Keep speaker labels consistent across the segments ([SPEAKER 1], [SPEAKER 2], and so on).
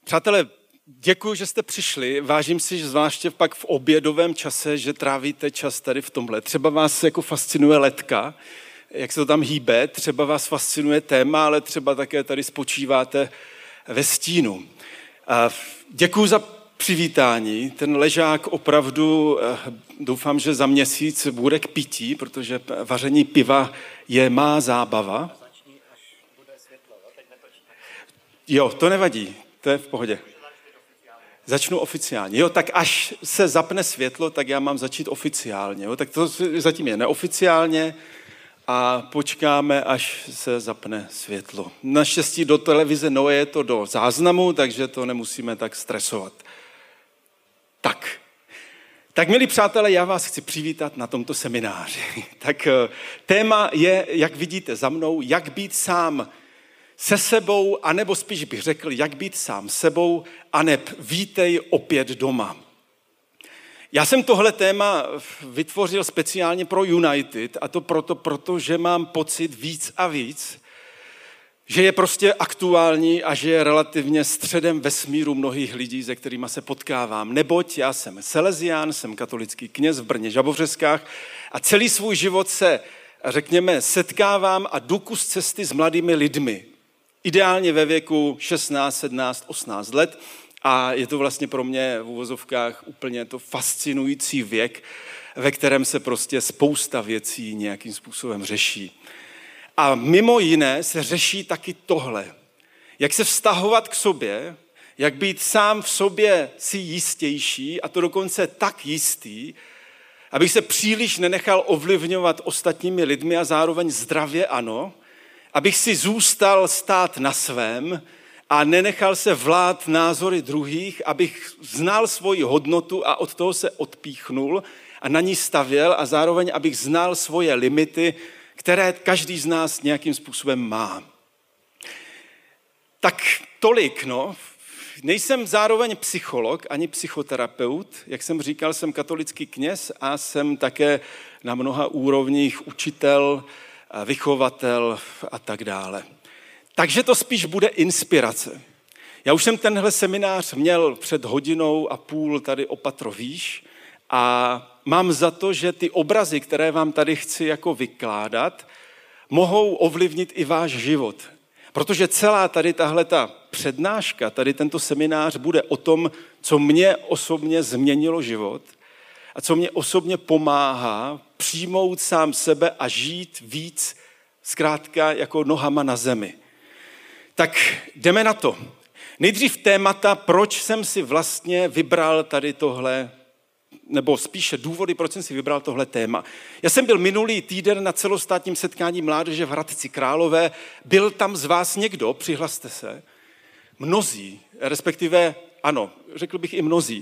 [SPEAKER 1] Přátelé, děkuji, že jste přišli. Vážím si, že zvláště pak v obědovém čase, že trávíte čas tady v tomhle. Třeba vás jako fascinuje letka, jak se to tam hýbe, třeba vás fascinuje téma, ale třeba také tady spočíváte ve stínu. Děkuji za přivítání. Ten ležák opravdu, doufám, že za měsíc bude k pití, protože vaření piva je má zábava. Jo, to nevadí, to je v pohodě. Začnu oficiálně. Jo, tak až se zapne světlo, tak já mám začít oficiálně. Jo, tak to zatím je neoficiálně a počkáme, až se zapne světlo. Naštěstí do televize Noe je to do záznamu, takže to nemusíme tak stresovat. Tak milí přátelé, já vás chci přivítat na tomto semináři. Tak téma je, jak vidíte za mnou, jak být sám se sebou, anebo spíš bych řekl, jak být sám sebou, aneb vítej opět doma. Já jsem tohle téma vytvořil speciálně pro United a to protože mám pocit víc a víc, že je prostě aktuální a že je relativně středem vesmíru mnohých lidí, se kterými se potkávám. Neboť já jsem Salesián, jsem katolický kněz v Brně Žabovřeskách a celý svůj život se, řekněme, setkávám a jdu kus cesty s mladými lidmi. Ideálně ve věku 16, 17, 18 let a je to vlastně pro mě v uvozovkách úplně to fascinující věk, ve kterém se prostě spousta věcí nějakým způsobem řeší. A mimo jiné se řeší taky tohle. Jak se vztahovat k sobě, jak být sám v sobě si jistější a to dokonce tak jistý, abych se příliš nenechal ovlivňovat ostatními lidmi a zároveň zdravě ano, abych si zůstal stát na svém a nenechal se vlád názory druhých, abych znal svoji hodnotu a od toho se odpíchnul a na ní stavěl a zároveň abych znal svoje limity, které každý z nás nějakým způsobem má. Tak tolik, no. Nejsem zároveň psycholog ani psychoterapeut, jak jsem říkal, jsem katolický kněz a jsem také na mnoha úrovních učitel, vychovatel a tak dále. Takže to spíš bude inspirace. Já už jsem tenhle seminář měl před 1,5 hodiny tady o patro výš a mám za to, že ty obrazy, které vám tady chci jako vykládat, mohou ovlivnit i váš život. Protože celá tady tahleta přednáška, tady tento seminář bude o tom, co mě osobně změnilo život a co mě osobně pomáhá přijmout sám sebe a žít víc zkrátka jako nohama na zemi. Tak jdeme na to. Nejdřív témata, proč jsem si vlastně vybral tady tohle, nebo spíše důvody, proč jsem si vybral tohle téma. Já jsem byl minulý týden na celostátním setkání mládeže v Hradci Králové. Byl tam z vás někdo? Přihlaste se. Mnozí, respektive ano, řekl bych i mnozí.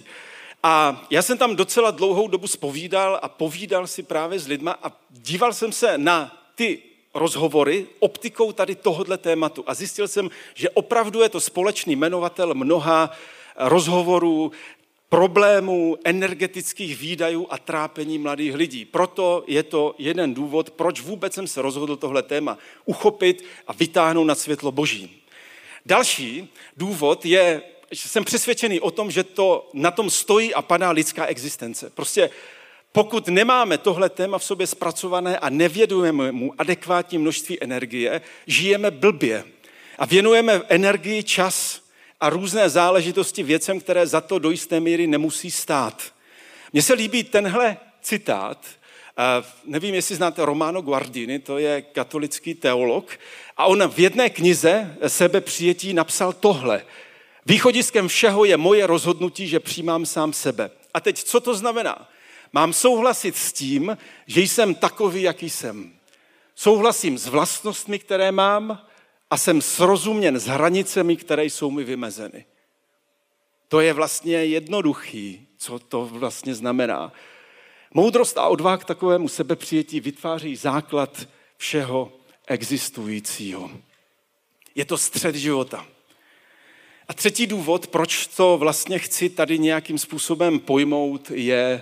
[SPEAKER 1] A já jsem tam docela dlouhou dobu zpovídal a povídal si právě s lidma a díval jsem se na ty rozhovory optikou tady tohodle tématu a zjistil jsem, že opravdu je to společný jmenovatel mnoha rozhovorů, problémů, energetických výdajů a trápení mladých lidí. Proto je to jeden důvod, proč vůbec jsem se rozhodl tohle téma uchopit a vytáhnout na světlo Boží. Další důvod je, že jsem přesvědčený o tom, že to na tom stojí a padá lidská existence. Prostě pokud nemáme tohle téma v sobě zpracované a nevěnujeme mu adekvátní množství energie, žijeme blbě a věnujeme energii, čas a různé záležitosti věcem, které za to do jisté míry nemusí stát. Mně se líbí tenhle citát, nevím, jestli znáte Romano Guardini, to je katolický teolog, a on v jedné knize Sebepřijetí napsal tohle. Východiskem všeho je moje rozhodnutí, že přijímám sám sebe. A teď, co to znamená? Mám souhlasit s tím, že jsem takový, jaký jsem. Souhlasím s vlastnostmi, které mám a jsem srozuměn s hranicemi, které jsou mi vymezeny. To je vlastně jednoduchý, co to vlastně znamená. Moudrost a odvaha k takovému sebepřijetí vytváří základ všeho existujícího. Je to střed života. A třetí důvod, proč to vlastně chci tady nějakým způsobem pojmout, je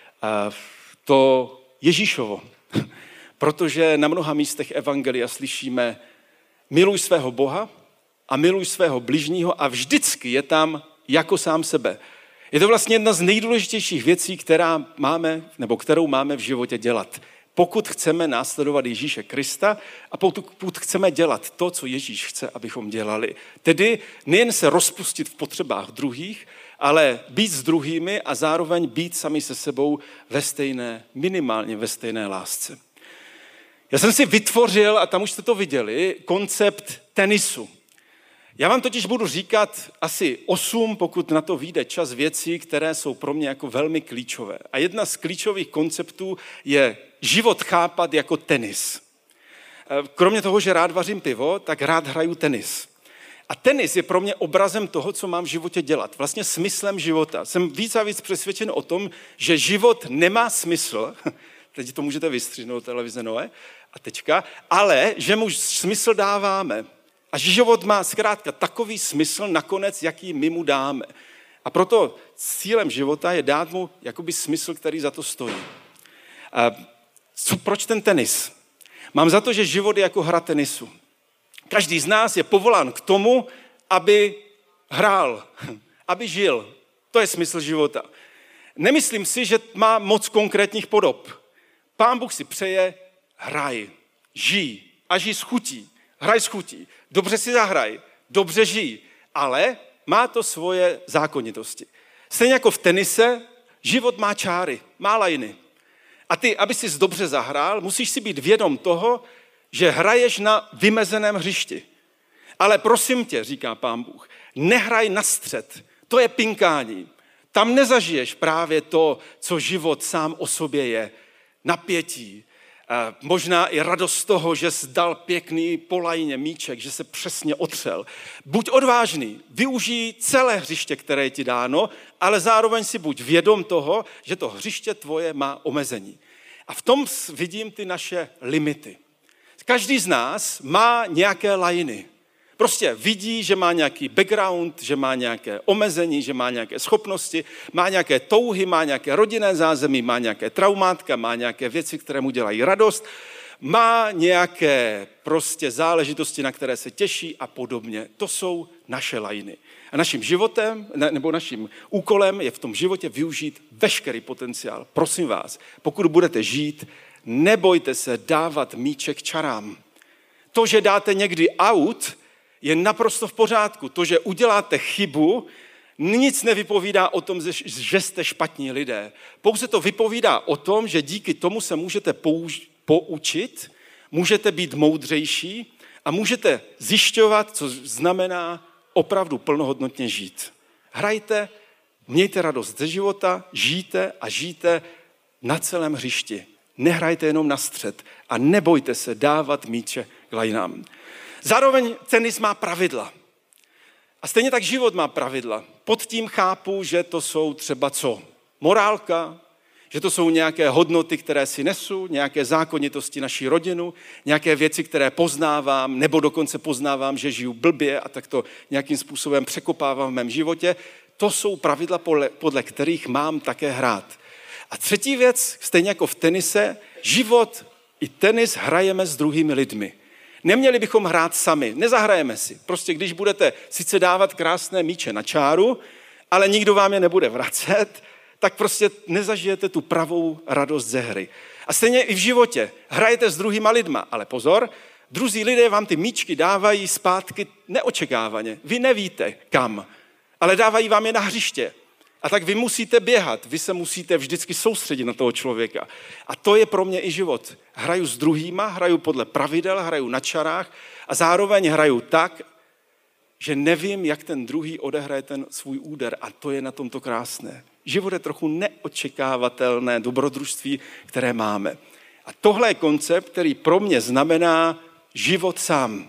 [SPEAKER 1] to Ježíšovo. Protože na mnoha místech evangelia slyšíme miluj svého Boha a miluj svého bližního a vždycky je tam jako sám sebe. Je to vlastně jedna z nejdůležitějších věcí, kterou máme v životě dělat. Pokud chceme následovat Ježíše Krista a pokud chceme dělat to, co Ježíš chce, abychom dělali. Tedy nejen se rozpustit v potřebách druhých, ale být s druhými a zároveň být sami se sebou minimálně ve stejné lásce. Já jsem si vytvořil, a tam už jste to viděli, koncept tenisu. Já vám totiž budu říkat asi 8, pokud na to vyjde čas, věcí, které jsou pro mě jako velmi klíčové. A jedna z klíčových konceptů je život chápat jako tenis. Kromě toho, že rád vařím pivo, tak rád hraju tenis. A tenis je pro mě obrazem toho, co mám v životě dělat. Vlastně smyslem života. Jsem víc a víc přesvědčen o tom, že život nemá smysl, teď to můžete vystřihnout televize Noé, a tečka, ale že mu smysl dáváme. A že život má zkrátka takový smysl nakonec, jaký my mu dáme. A proto cílem života je dát mu jakoby smysl, který za to stojí. Proč ten tenis? Mám za to, že život je jako hra tenisu. Každý z nás je povolán k tomu, aby hrál, aby žil. To je smysl života. Nemyslím si, že má moc konkrétních podob. Pán Bůh si přeje, hraj, žij a žij s chutí. Hraj s chutí, dobře si zahraj, dobře žij, ale má to svoje zákonitosti. Stejně jako v tenise, život má čáry, má lajny. A ty, aby jsi dobře zahrál, musíš si být vědom toho, že hraješ na vymezeném hřišti. Ale prosím tě, říká Pán Bůh, nehraj na střed, to je pinkání. Tam nezažiješ právě to, co život sám o sobě je. Napětí, možná i radost z toho, že jsi dal pěkný po lajně míček, že se přesně otřel. Buď odvážný, využij celé hřiště, které je ti dáno, ale zároveň si buď vědom toho, že to hřiště tvoje má omezení. A v tom vidím ty naše limity. Každý z nás má nějaké lajny. Prostě vidí, že má nějaký background, že má nějaké omezení, že má nějaké schopnosti, má nějaké touhy, má nějaké rodinné zázemí, má nějaké traumátka, má nějaké věci, které mu dělají radost, má nějaké prostě záležitosti, na které se těší a podobně. To jsou naše lajny. A naším životem, nebo naším úkolem je v tom životě využít veškerý potenciál. Prosím vás, pokud budete žít, nebojte se dávat míček čarám. To, že dáte někdy out, je naprosto v pořádku. To, že uděláte chybu, nic nevypovídá o tom, že jste špatní lidé. Pouze to vypovídá o tom, že díky tomu se můžete poučit, můžete být moudřejší a můžete zjišťovat, co znamená opravdu plnohodnotně žít. Hrajte, mějte radost ze života, žijte na celém hřišti. Nehrajte jenom na střed a nebojte se dávat míče k lajnám. Zároveň tenis má pravidla. A stejně tak život má pravidla. Pod tím chápu, že to jsou třeba co? Morálka, že to jsou nějaké hodnoty, které si nesu, nějaké zákonitosti naší rodinu, nějaké věci, které poznávám, nebo dokonce poznávám, že žiju blbě a tak to nějakým způsobem překopávám v mém životě. To jsou pravidla, podle kterých mám také hrát. A třetí věc, stejně jako v tenise, život i tenis hrajeme s druhými lidmi. Neměli bychom hrát sami, nezahrajeme si. Prostě když budete sice dávat krásné míče na čáru, ale nikdo vám je nebude vracet, tak prostě nezažijete tu pravou radost ze hry. A stejně i v životě. Hrajete s druhýma lidma, ale pozor, druzí lidé vám ty míčky dávají zpátky neočekávaně. Vy nevíte kam, ale dávají vám je na hřiště. A tak vy musíte běhat, vy se musíte vždycky soustředit na toho člověka. A to je pro mě i život. Hraju s druhýma, hraju podle pravidel, hraju na čarách a zároveň hraju tak, že nevím, jak ten druhý odehraje ten svůj úder. A to je na tomto krásné. Život je trochu neočekávatelné dobrodružství, které máme. A tohle je koncept, který pro mě znamená život sám.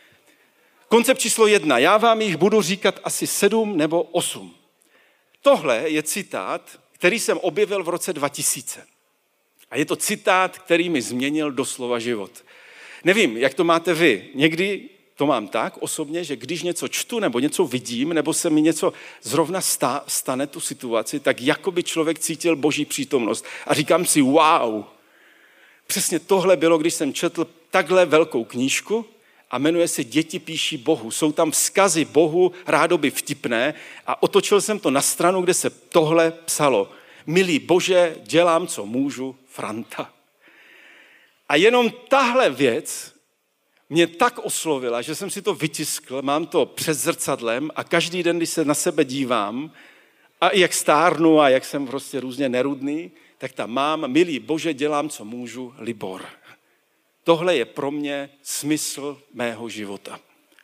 [SPEAKER 1] Koncept číslo 1. Já vám jich budu říkat asi 7 nebo 8. Tohle je citát, který jsem objevil v roce 2000. A je to citát, který mi změnil doslova život. Nevím, jak to máte vy. Někdy to mám tak osobně, že když něco čtu nebo něco vidím, nebo se mi něco zrovna stane tu situaci, tak jako by člověk cítil Boží přítomnost. A říkám si, wow, přesně tohle bylo, když jsem četl takhle velkou knížku a jmenuje se Děti píší Bohu. Jsou tam vzkazy Bohu, rádoby vtipné, a otočil jsem to na stranu, kde se tohle psalo. Milý Bože, dělám, co můžu, Franta. A jenom tahle věc mě tak oslovila, že jsem si to vytiskl, mám to před zrcadlem a každý den, když se na sebe dívám, a i jak stárnu a jak jsem prostě různě nerudný, tak tam mám, milý Bože, dělám, co můžu, Libor. Tohle je pro mě smysl mého života.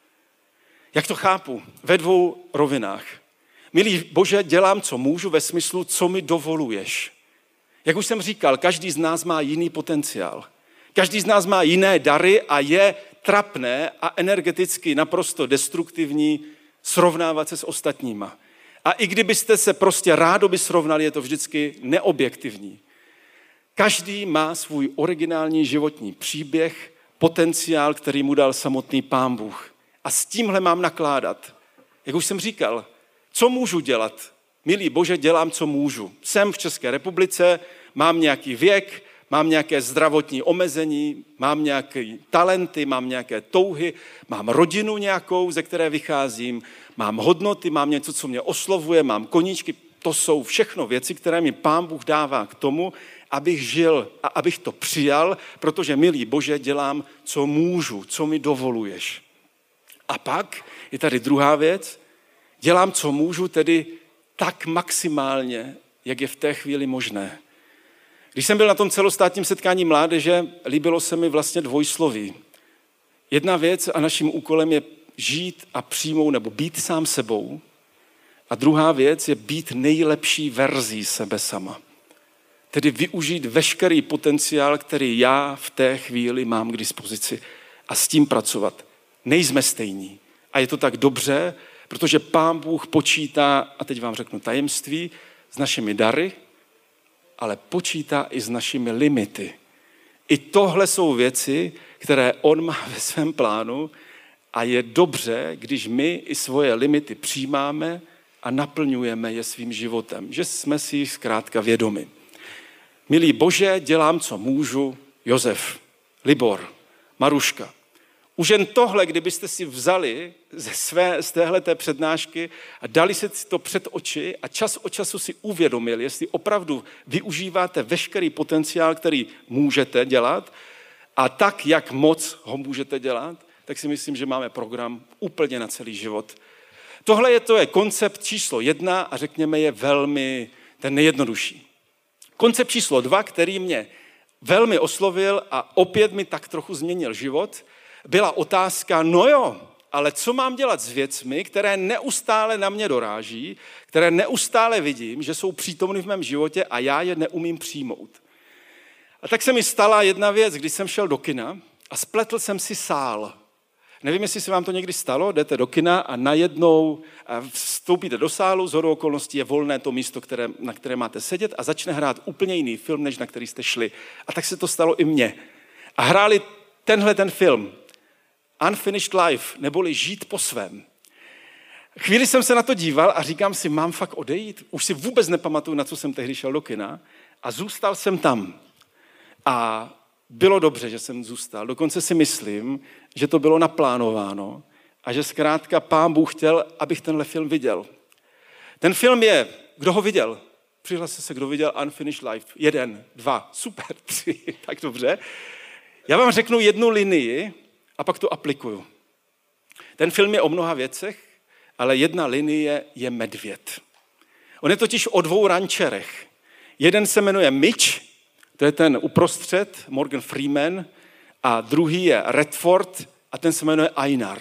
[SPEAKER 1] Jak to chápu? Ve dvou rovinách. Milý Bože, dělám, co můžu, ve smyslu, co mi dovoluješ. Jak už jsem říkal, každý z nás má jiný potenciál. Každý z nás má jiné dary a je trapné a energeticky naprosto destruktivní srovnávat se s ostatníma. A i kdybyste se prostě rádoby srovnali, je to vždycky neobjektivní. Každý má svůj originální životní příběh, potenciál, který mu dal samotný Pán Bůh. A s tímhle mám nakládat. Jak už jsem říkal, co můžu dělat? Milý Bože, dělám, co můžu. Jsem v České republice, mám nějaký věk, mám nějaké zdravotní omezení, mám nějaké talenty, mám nějaké touhy, mám rodinu nějakou, ze které vycházím, mám hodnoty, mám něco, co mě oslovuje, mám koníčky. To jsou všechno věci, které mi Pán Bůh dává k tomu, abych žil a abych to přijal, protože, milý Bože, dělám, co můžu, co mi dovoluješ. A pak je tady druhá věc, dělám, co můžu, tedy tak maximálně, jak je v té chvíli možné. Když jsem byl na tom celostátním setkání mládeže, líbilo se mi vlastně dvojsloví. Jedna věc a naším úkolem je žít a přijmout nebo být sám sebou. A druhá věc je být nejlepší verzí sebe sama. Tedy využít veškerý potenciál, který já v té chvíli mám k dispozici a s tím pracovat. Nejsme stejní. A je to tak dobře, protože Pán Bůh počítá, a teď vám řeknu tajemství, s našimi dary, ale počítá i s našimi limity. I tohle jsou věci, které on má ve svém plánu a je dobře, když my i svoje limity přijímáme a naplňujeme je svým životem, že jsme si jich zkrátka vědomi. Milý Bože, dělám, co můžu, Josef, Libor, Maruška. Už jen tohle, kdybyste si vzali z téhleté přednášky a dali si to před oči a čas od času si uvědomili, jestli opravdu využíváte veškerý potenciál, který můžete dělat a tak, jak moc ho můžete dělat, tak si myslím, že máme program úplně na celý život. Tohle je koncept číslo 1 a řekněme je velmi ten nejjednodušší. Koncept číslo 2, který mě velmi oslovil a opět mi tak trochu změnil život, byla otázka, no jo, ale co mám dělat s věcmi, které neustále na mě doráží, které neustále vidím, že jsou přítomny v mém životě a já je neumím přijmout. A tak se mi stala jedna věc, když jsem šel do kina a spletl jsem si sál. Nevím, jestli se vám to někdy stalo, jdete do kina a najednou vstoupíte do sálu, shodou okolností je volné to místo, na které máte sedět a začne hrát úplně jiný film, než na který jste šli. A tak se to stalo i mně. A hráli ten film, Unfinished Life, neboli Žít po svém. Chvíli jsem se na to díval a říkám si, mám fakt odejít? Už si vůbec nepamatuju, na co jsem tehdy šel do kina a zůstal jsem tam. A bylo dobře, že jsem zůstal. Dokonce si myslím, že to bylo naplánováno a že zkrátka Pán Bůh chtěl, abych tenhle film viděl. Ten film je, kdo ho viděl? Přihlaste se, kdo viděl Unfinished Life. 1, 2, super, 3, tak dobře. Já vám řeknu jednu linii a pak to aplikuju. Ten film je o mnoha věcech, ale jedna linie je medvěd. On je totiž o 2 rančerech. Jeden se jmenuje Mitch, to je ten uprostřed, Morgan Freeman, a druhý je Redford a ten se jmenuje Einar.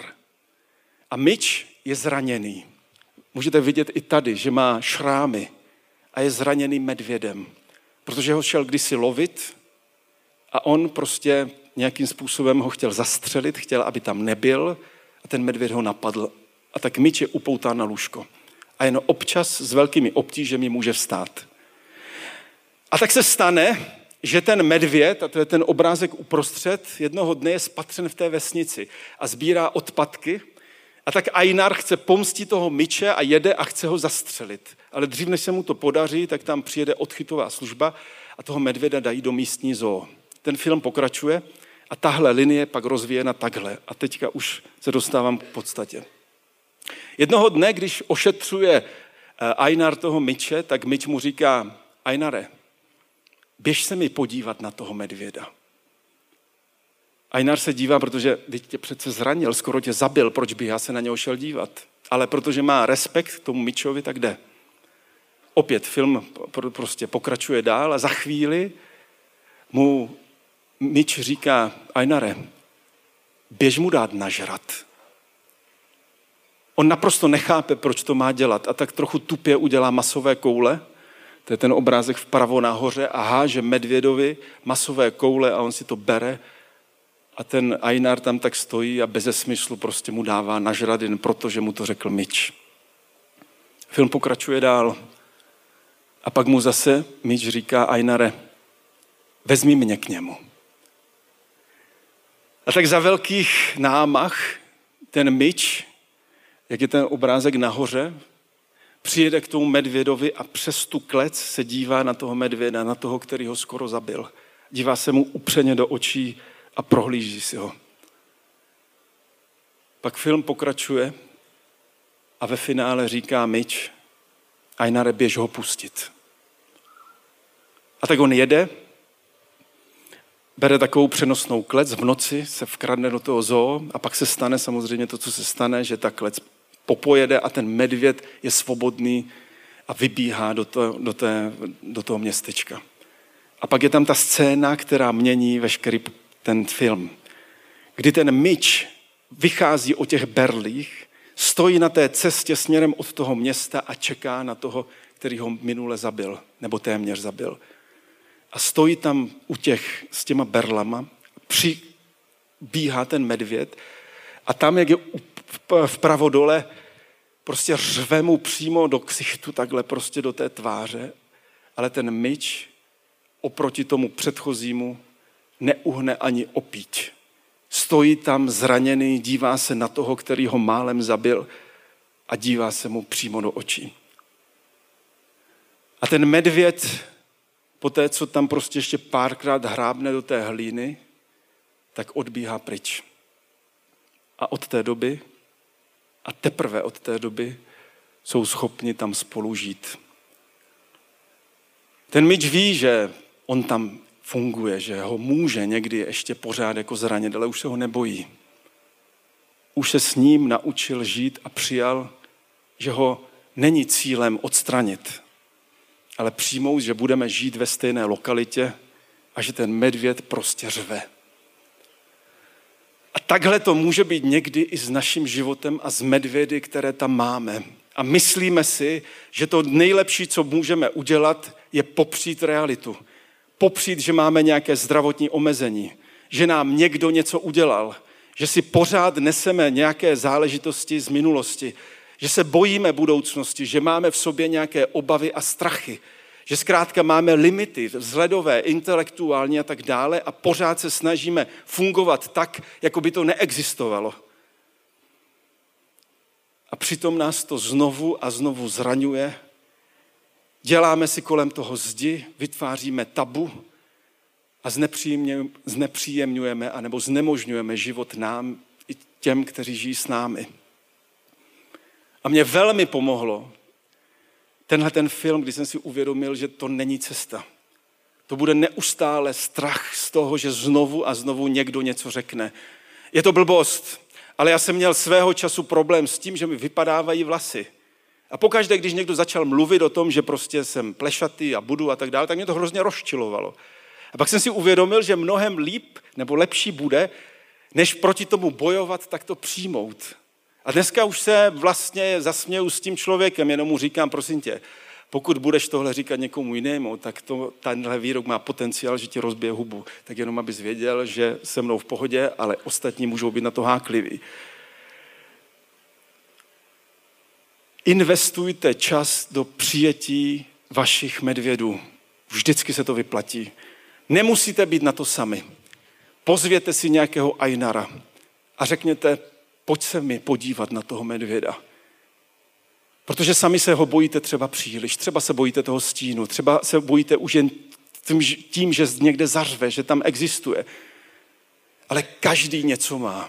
[SPEAKER 1] A Mitch je zraněný. Můžete vidět i tady, že má šrámy a je zraněný medvědem, protože ho šel kdysi lovit a on prostě nějakým způsobem ho chtěl zastřelit, chtěl, aby tam nebyl a ten medvěd ho napadl. A tak Mitch je upoután na lůžko. A jen občas s velkými obtížemi může vstát. A tak se stane, že ten medvěd, a to je ten obrázek uprostřed, jednoho dne je spatřen v té vesnici a sbírá odpadky. A tak Einar chce pomstit toho Mitche a jede a chce ho zastřelit. Ale dřív, než se mu to podaří, tak tam přijede odchytová služba a toho medvěda dají do místní zoo. Ten film pokračuje A tahle linie je pak rozvíjena takhle. A teďka už se dostávám k podstatě. Jednoho dne, když ošetřuje Einar toho Mitche, tak Mitch mu říká: Einare, běž se mi podívat na toho medvěda. Einar se dívá, protože teď tě přece zranil, skoro tě zabil, proč by já se na něho šel dívat? Ale protože má respekt k tomu Mitchovi, tak jde. Opět film prostě pokračuje dál a za chvíli mu Mitch říká: Einare, běž mu dát nažrat. On naprosto nechápe, proč to má dělat a tak trochu tupě udělá masové koule. To je ten obrázek vpravo nahoře a háže medvědovi masové koule a on si to bere a ten Einar tam tak stojí a beze smyslu prostě mu dává nažrat jen proto, že mu to řekl Mitch. Film pokračuje dál a pak mu zase Mitch říká: Einare, vezmi mě k němu. A tak za velkých námach ten Mitch, jak je ten obrázek nahoře, přijede k tomu medvědovi a přes tu klec se dívá na toho medvěda, na toho, který ho skoro zabil. Dívá se mu upřeně do očí a prohlíží si ho. Pak film pokračuje a ve finále říká Mitch: Einare, běž ho pustit. A tak on jede, bere takovou přenosnou klec, v noci se vkradne do toho zoo a pak se stane samozřejmě to, co se stane, že ta klec popojede a ten medvěd je svobodný a vybíhá do toho městečka. A pak je tam ta scéna, která mění veškerý ten film. Kdy ten Mitch vychází o těch berlích, stojí na té cestě směrem od toho města a čeká na toho, který ho minule zabil, nebo téměř zabil. A stojí tam s těma berlama, přibíhá ten medvěd a tam, jak je vpravo dole, prostě řve mu přímo do ksichtu, takhle prostě do té tváře, ale ten Mitch oproti tomu předchozímu neuhne ani opíť. Stojí tam zraněný, dívá se na toho, který ho málem zabil a dívá se mu přímo do očí. A ten medvěd, poté, co tam prostě ještě párkrát hrábne do té hlíny, tak odbíhá pryč. A od té doby, a teprve od té doby, jsou schopni tam spolu žít. Ten Mitch ví, že on tam funguje, že ho může někdy ještě pořád jako zranit, ale už se ho nebojí. Už se s ním naučil žít a přijal, že ho není cílem odstranit, ale přijmout, že budeme žít ve stejné lokalitě a že ten medvěd prostě řve. A takhle to může být někdy i s naším životem a s medvědy, které tam máme. A myslíme si, že to nejlepší, co můžeme udělat, je popřít realitu. Popřít, že máme nějaké zdravotní omezení, že nám někdo něco udělal, že si pořád neseme nějaké záležitosti z minulosti, že se bojíme budoucnosti, že máme v sobě nějaké obavy a strachy, že zkrátka máme limity vzhledové, intelektuální a tak dále a pořád se snažíme fungovat tak, jako by to neexistovalo. A přitom nás to znovu a znovu zraňuje. Děláme si kolem toho zdi, vytváříme tabu a znepříjemňujeme anebo znemožňujeme život nám i těm, kteří žijí s námi. A mě velmi pomohlo tenhle ten film, kdy jsem si uvědomil, že to není cesta. To bude neustále strach z toho, že znovu a znovu někdo něco řekne. Je to blbost, ale já jsem měl svého času problém s tím, že mi vypadávají vlasy. A pokaždé, když někdo začal mluvit o tom, že prostě jsem plešatý a budu a tak dále, tak mě to hrozně rozčilovalo. A pak jsem si uvědomil, že mnohem líp nebo lepší bude, než proti tomu bojovat, tak to přijmout. A dneska už se vlastně zasměju s tím člověkem, jenom mu říkám, prosím tě, pokud budeš tohle říkat někomu jinému, tak tenhle výrok má potenciál, že ti rozbije hubu. Tak jenom abys věděl, že se mnou v pohodě, ale ostatní můžou být na to hákliví. Investujte čas do přijetí vašich medvědů. Vždycky se to vyplatí. Nemusíte být na to sami. Pozvěte si nějakého Einara a řekněte, pojď se mi podívat na toho medvěda. Protože sami se ho bojíte třeba příliš, třeba se bojíte toho stínu, třeba se bojíte už jen tím, že někde zařve, že tam existuje. ale každý něco má.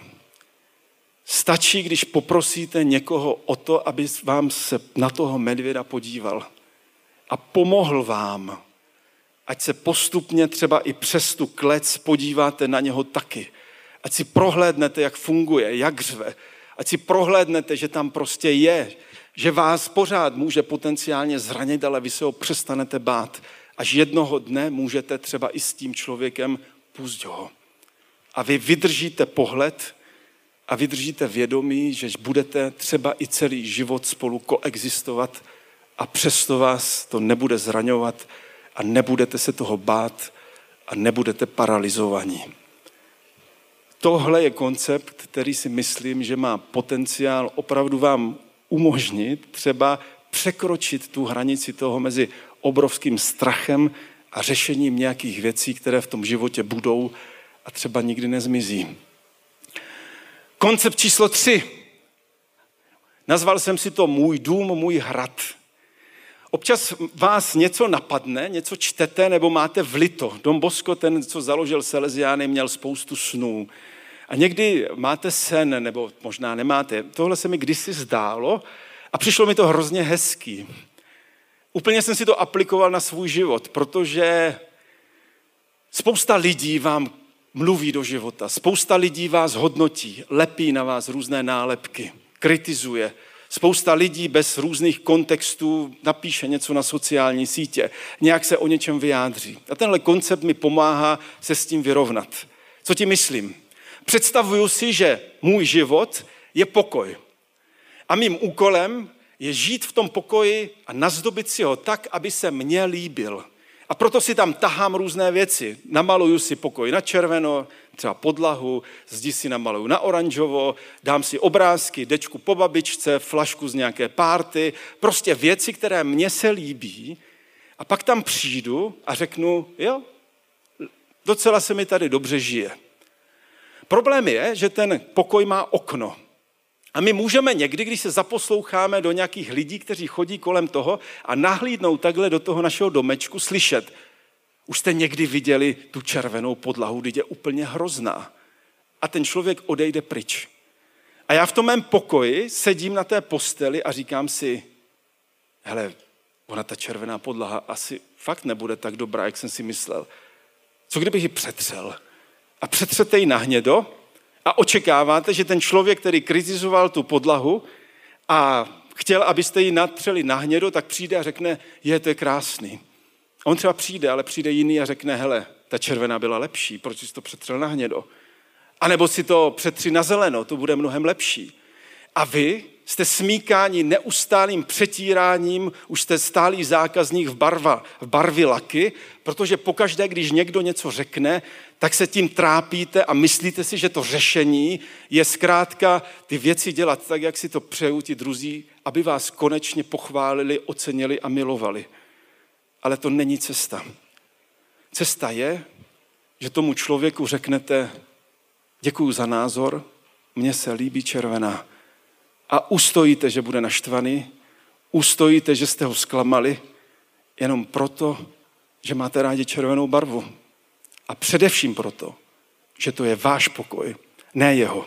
[SPEAKER 1] Stačí, když poprosíte někoho o to, aby vám se na toho medvěda podíval a pomohl vám. Ať se postupně třeba i přes tu klec podíváte na něho taky. Ať si prohlédnete, jak funguje, jak řve. Ať si prohlédnete, že tam prostě je, že vás pořád může potenciálně zranit, ale vy se ho přestanete bát. Až jednoho dne můžete třeba i s tím člověkem pustit ho. A vy vydržíte pohled a vydržíte vědomí, že budete třeba i celý život spolu koexistovat a přesto vás to nebude zraňovat a nebudete se toho bát a nebudete paralizovaní. Tohle je koncept, který si myslím, že má potenciál opravdu vám umožnit třeba překročit tu hranici toho mezi obrovským strachem a řešením nějakých věcí, které v tom životě budou a třeba nikdy nezmizí. Koncept číslo 3. Nazval jsem si to Můj dům, můj hrad. Občas vás něco napadne, něco čtete nebo máte vlito. Don Bosco, ten, co založil Salesiány, měl spoustu snů. A někdy máte sen, nebo možná nemáte. Tohle se mi kdysi zdálo a přišlo mi to hrozně hezký. Úplně jsem si to aplikoval na svůj život, protože spousta lidí vám mluví do života, spousta lidí vás hodnotí, lepí na vás různé nálepky, kritizuje. Spousta lidí bez různých kontextů napíše něco na sociální sítě, nějak se o něčem vyjádří. A tenhle koncept mi pomáhá se s tím vyrovnat. Co ti myslím? Představuju si, že můj život je pokoj. A mým úkolem je žít v tom pokoji a nazdobit si ho tak, aby se mně líbil. A proto si tam tahám různé věci. Namaluju si pokoj na červeno, třeba podlahu, zdi si namaluju na oranžovo, dám si obrázky, dečku po babičce, flašku z nějaké párty, prostě věci, které mně se líbí. A pak tam přijdu a řeknu, jo, docela se mi tady dobře žije. Problém je, že ten pokoj má okno. A my můžeme někdy, když se zaposloucháme do nějakých lidí, kteří chodí kolem toho a nahlídnou takhle do toho našeho domečku, slyšet, už jste někdy viděli tu červenou podlahu, když je úplně hrozná. A ten člověk odejde pryč. A já v tom mém pokoji sedím na té posteli a říkám si, hele, ona ta červená podlaha asi fakt nebude tak dobrá, jak jsem si myslel. Co kdybych ji přetřel? A přetřete ji na hnědo a očekáváte, že ten člověk, který kritizoval tu podlahu a chtěl, abyste ji natřeli na hnědo, tak přijde a řekne, to je krásný. A on třeba přijde, ale přijde jiný a řekne, hele, ta červená byla lepší, proč jsi to přetřel na hnědo? A nebo si to přetři na zeleno, to bude mnohem lepší. A vy jste smíkáni neustálým přetíráním, už jste stálý zákazník v barvě laky, protože pokaždé, když někdo něco řekne, tak se tím trápíte a myslíte si, že to řešení je zkrátka ty věci dělat tak, jak si to přejou ti druzí, aby vás konečně pochválili, ocenili a milovali. Ale to není cesta. Cesta je, že tomu člověku řeknete, děkuju za názor, mně se líbí červená. A ustojíte, že bude naštvaný, ustojíte, že jste ho zklamali, jenom proto, že máte rádi červenou barvu. A především proto, že to je váš pokoj, ne jeho.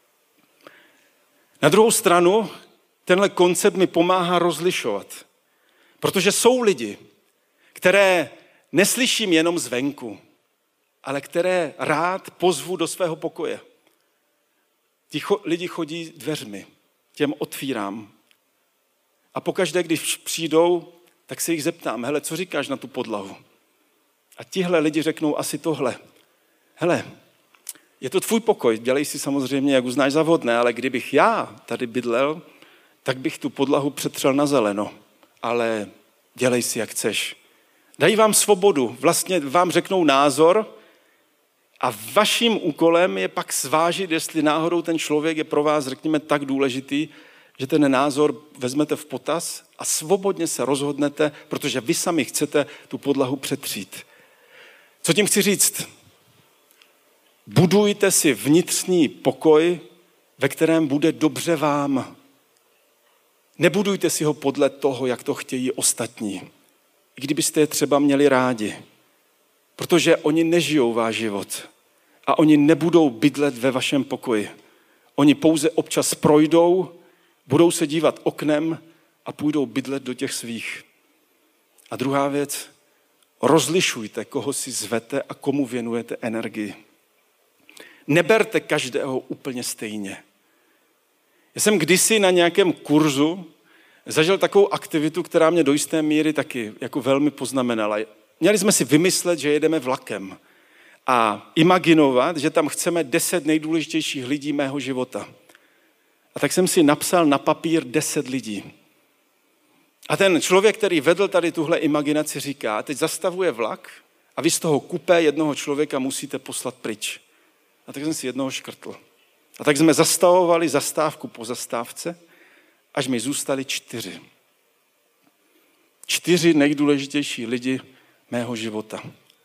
[SPEAKER 1] Na druhou stranu, tenhle koncept mi pomáhá rozlišovat. Protože jsou lidi, které neslyším jenom zvenku, ale které rád pozvu do svého pokoje. Ti lidi chodí dveřmi, těm otvírám. A pokaždé, když přijdou, tak se jich zeptám, hele, co říkáš na tu podlahu? A tihle lidi řeknou asi tohle. Hele, je to tvůj pokoj, dělej si samozřejmě, jak uznáš za vhodné, ale kdybych já tady bydlel, tak bych tu podlahu přetřel na zeleno. Ale dělej si, jak chceš. Dají vám svobodu, vlastně vám řeknou názor a vaším úkolem je pak zvážit, jestli náhodou ten člověk je pro vás, řekněme, tak důležitý, že ten názor vezmete v potaz a svobodně se rozhodnete, protože vy sami chcete tu podlahu přetřít. Co tím chci říct? Budujte si vnitřní pokoj, ve kterém bude dobře vám. Nebudujte si ho podle toho, jak to chtějí ostatní. I kdybyste je třeba měli rádi. Protože oni nežijou váš život, a oni nebudou bydlet ve vašem pokoji. Oni pouze občas projdou, budou se dívat oknem a půjdou bydlet do těch svých. A druhá věc, rozlišujte, koho si zvete a komu věnujete energii. Neberte každého úplně stejně. Já jsem kdysi na nějakém kurzu zažil takovou aktivitu, která mě do jisté míry taky jako velmi poznamenala. Měli jsme si vymyslet, že jedeme vlakem a imaginovat, že tam chceme 10 nejdůležitějších lidí mého života. A tak jsem si napsal na papír 10 lidí. A ten člověk, který vedl tady tuhle imaginaci, říká, teď zastavuje vlak a vy z toho kupé jednoho člověka musíte poslat pryč. A tak jsem si jednoho škrtl. A tak jsme zastavovali zastávku po zastávce, až mi zůstali 4. 4 nejdůležitější lidi mého života.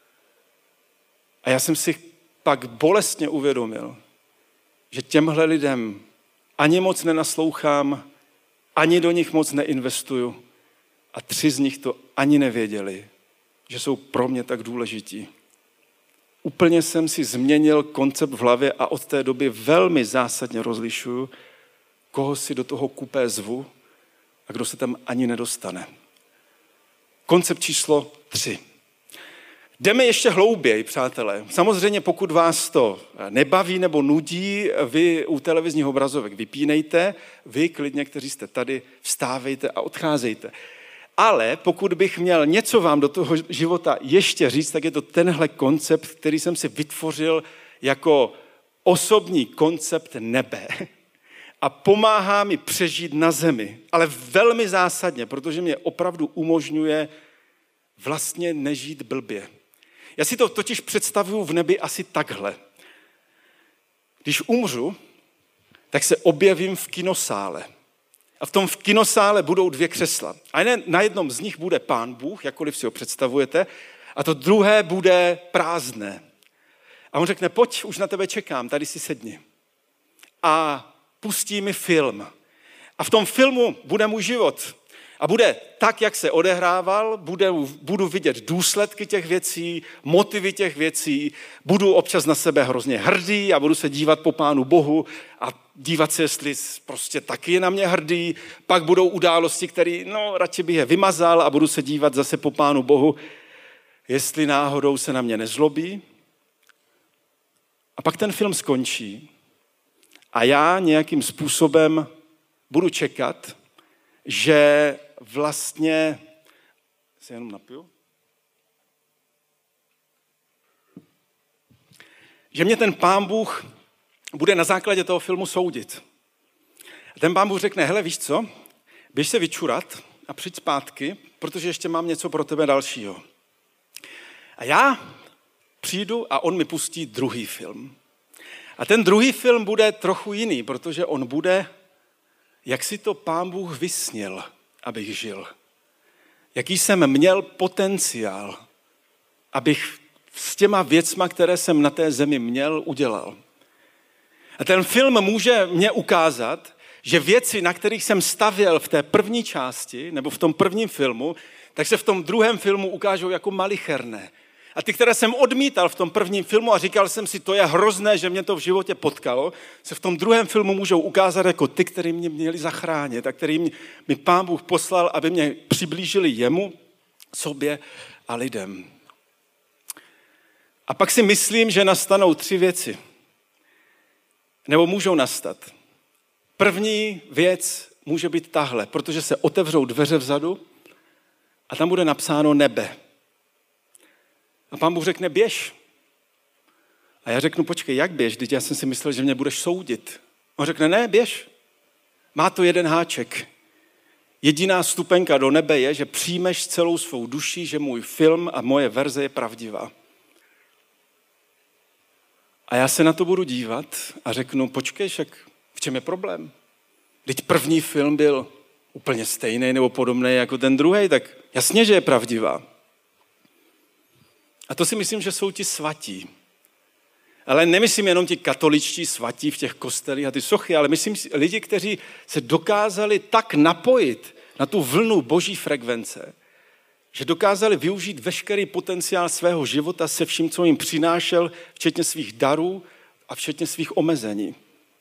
[SPEAKER 1] A já jsem si pak bolestně uvědomil, že těmhle lidem ani moc nenaslouchám, ani do nich moc neinvestuju. A 3 z nich to ani nevěděli, že jsou pro mě tak důležití. Úplně jsem si změnil koncept v hlavě a od té doby velmi zásadně rozlišuju, koho si do toho kupé zvu a kdo se tam ani nedostane. Koncept číslo 3. Jdeme ještě hlouběji, přátelé. Samozřejmě, pokud vás to nebaví nebo nudí, vy u televizních obrazovek vypínejte, vy klidně, kteří jste tady, vstávejte a odcházejte. Ale pokud bych měl něco vám do toho života ještě říct, tak je to tenhle koncept, který jsem si vytvořil jako osobní koncept nebe. A pomáhá mi přežít na zemi, ale velmi zásadně, protože mě opravdu umožňuje vlastně nežít blbě. Já si to totiž představuju v nebi asi takhle. Když umřu, tak se objevím v kinosále. A v tom kinosále budou 2 křesla. A na jednom z nich bude Pán Bůh, jakkoliv si ho představujete, a to druhé bude prázdné. A on řekne, pojď, už na tebe čekám, tady si sedni. A pustí mi film. A v tom filmu bude můj život. A bude tak, jak se odehrával, budu vidět důsledky těch věcí, motivy těch věcí, budu občas na sebe hrozně hrdý a budu se dívat po Pánu Bohu a dívat se, jestli prostě taky je na mě hrdý. Pak budou události, které, radši bych je vymazal a budu se dívat zase po Pánu Bohu, jestli náhodou se na mě nezlobí. A pak ten film skončí a já nějakým způsobem budu čekat, že vlastně se jenom napiju. Že mě ten Pán Bůh bude na základě toho filmu soudit. A ten Pán Bůh řekne, hele, víš co, běž se vyčurat a přijď zpátky, protože ještě mám něco pro tebe dalšího. A já přijdu a on mi pustí druhý film. A ten druhý film bude trochu jiný, protože on bude, jak si to Pán Bůh vysnil, abych žil. Jaký jsem měl potenciál, abych s těma věcma, které jsem na té zemi měl, udělal. A ten film může mě ukázat, že věci, na kterých jsem stavěl v té první části, nebo v tom prvním filmu, tak se v tom druhém filmu ukážou jako malicherné. A ty, které jsem odmítal v tom prvním filmu a říkal jsem si, to je hrozné, že mě to v životě potkalo, se v tom druhém filmu můžou ukázat jako ty, který mě měli zachránit a který mi Pán Bůh poslal, aby mě přiblížili jemu, sobě a lidem. A pak si myslím, že nastanou 3 věci. Nebo můžou nastat. První věc může být tahle, protože se otevřou dveře vzadu a tam bude napsáno nebe. A Pán Bůh řekne, běž. A já řeknu, počkej, jak běž? Teď já jsem si myslel, že mě budeš soudit. On řekne, ne, běž. Má to jeden háček. Jediná stupenka do nebe je, že přijmeš celou svou duši, že můj film a moje verze je pravdivá. A já se na to budu dívat a řeknu, počkej, však v čem je problém? Vždyť první film byl úplně stejný nebo podobný jako ten druhý, tak jasně, že je pravdivá. A to si myslím, že jsou ti svatí. Ale nemyslím jenom ti katoličtí svatí v těch kostelích a ty sochy, ale myslím si lidi, kteří se dokázali tak napojit na tu vlnu boží frekvence, že dokázali využít veškerý potenciál svého života se vším, co jim přinášel, včetně svých darů a včetně svých omezení.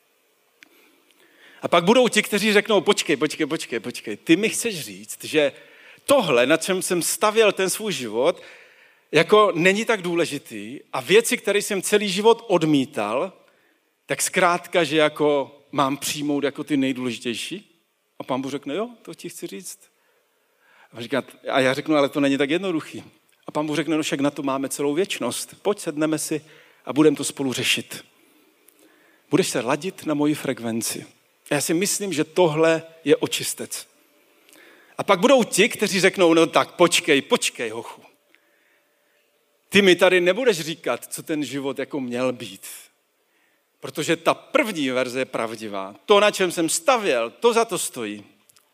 [SPEAKER 1] A pak budou ti, kteří řeknou, počkej, ty mi chceš říct, že tohle, na čem jsem stavěl ten svůj život, jako není tak důležitý a věci, které jsem celý život odmítal, tak zkrátka, že jako mám přijmout jako ty nejdůležitější. A Pán Bůh řekne, jo, to ti chci říct. A já řeknu, ale to není tak jednoduchý. A Pán Bůh řekne, no však na to máme celou věčnost. Pojď, sedneme si a budeme to spolu řešit. Budeš se ladit na moji frekvenci. A já si myslím, že tohle je očistec. A pak budou ti, kteří řeknou, no tak počkej, hochu. Ty mi tady nebudeš říkat, co ten život jako měl být. Protože ta první verze je pravdivá. To, na čem jsem stavěl, to za to stojí.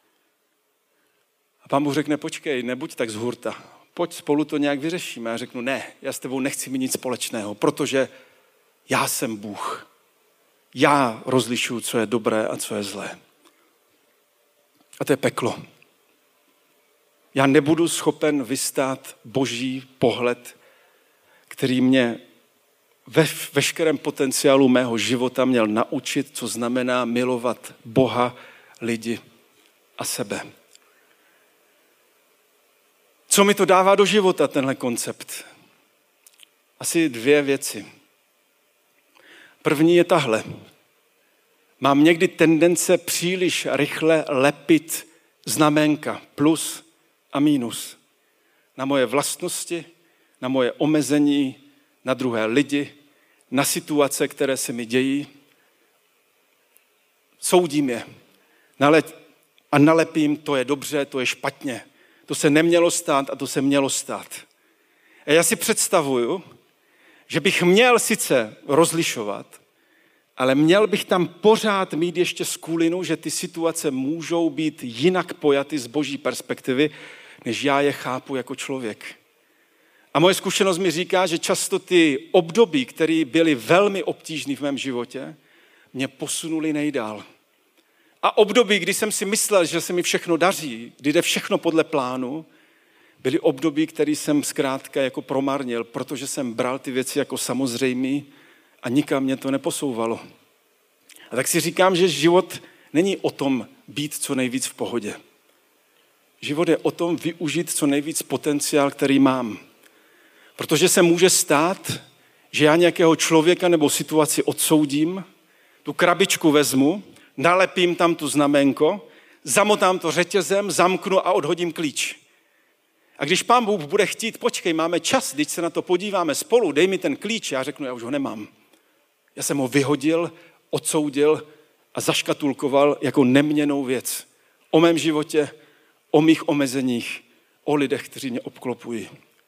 [SPEAKER 1] A Pán Bůh řekne, počkej, nebuď tak zhurta. Pojď spolu to nějak vyřešíme. A já řeknu, ne, já s tebou nechci mít nic společného, protože já jsem Bůh. Já rozlišuju, co je dobré a co je zlé. A to je peklo. Já nebudu schopen vystát Boží pohled, který mě ve veškerém potenciálu mého života měl naučit, co znamená milovat Boha, lidi a sebe. Co mi to dává do života, tenhle koncept? Asi 2 věci. První je tahle. Mám někdy tendence příliš rychle lepit znaménka plus a mínus. Na moje vlastnosti, na moje omezení, na druhé lidi, na situace, které se mi dějí. Soudím je. A nalepím, to je dobře, to je špatně. To se nemělo stát a to se mělo stát. A já si představuju, že bych měl sice rozlišovat, ale měl bych tam pořád mít ještě skulinu, že ty situace můžou být jinak pojaty z Boží perspektivy, než já je chápu jako člověk. A moje zkušenost mi říká, že často ty období, které byly velmi obtížné v mém životě, mě posunuli nejdál. A období, kdy jsem si myslel, že se mi všechno daří, kdy jde všechno podle plánu, byly období, které jsem zkrátka jako promarnil, protože jsem bral ty věci jako samozřejmý a nikam mě to neposouvalo. A tak si říkám, že život není o tom být co nejvíc v pohodě. Život je o tom využít co nejvíc potenciál, který mám. Protože se může stát, že já nějakého člověka nebo situaci odsoudím, tu krabičku vezmu, nalepím tam tu znamenko, zamotám to řetězem, zamknu a odhodím klíč. A když Pán Bůh bude chtít, počkej, máme čas, když se na to podíváme spolu, dej mi ten klíč, já řeknu, já už ho nemám. Já jsem ho vyhodil, odsoudil a zaškatulkoval jako neměnnou věc. O mém životě, o mých omezeních, o lidech, kteří mě obklopují.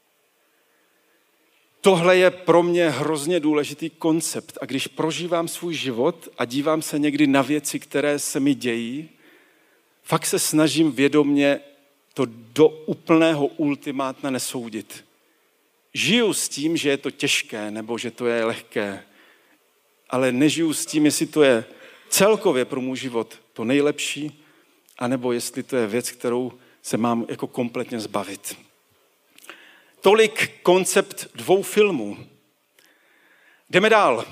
[SPEAKER 1] Tohle je pro mě hrozně důležitý koncept. A když prožívám svůj život a dívám se někdy na věci, které se mi dějí, fakt se snažím vědomě to do úplného ultimátna nesoudit. Žiju s tím, že je to těžké nebo že to je lehké, ale nežiju s tím, jestli to je celkově pro můj život to nejlepší, anebo jestli to je věc, kterou se mám jako kompletně zbavit. Tolik koncept 2 filmů. Jdeme dál.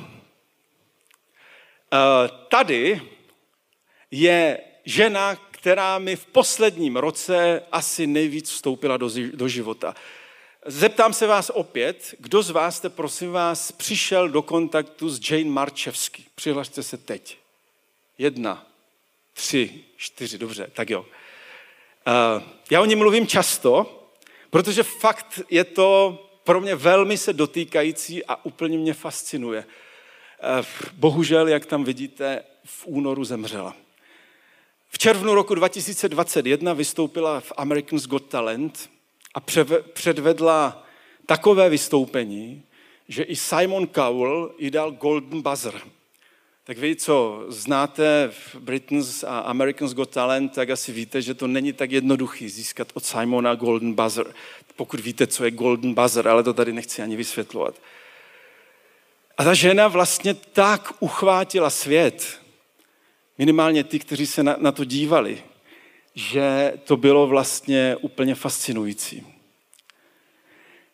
[SPEAKER 1] Tady je žena, která mi v posledním roce asi nejvíc vstoupila do života. Zeptám se vás opět, kdo z vás jste, prosím vás, přišel do kontaktu s Jane Marčevsky? Přihlašte se teď. 1, 3, 4, dobře, tak jo. Já o ní mluvím často, protože fakt je to pro mě velmi se dotýkající a úplně mě fascinuje. Bohužel, jak tam vidíte, v únoru zemřela. V červnu roku 2021 vystoupila v American's Got Talent a předvedla takové vystoupení, že i Simon Cowell jí dal Golden Buzzer. Tak vy, co znáte v Britain's a American's Got Talent, tak asi víte, že to není tak jednoduchý získat od Simona Golden Buzzer. Pokud víte, co je Golden Buzzer, ale to tady nechci ani vysvětlovat. A ta žena vlastně tak uchvátila svět, minimálně ty, kteří se na to dívali, že to bylo vlastně úplně fascinující.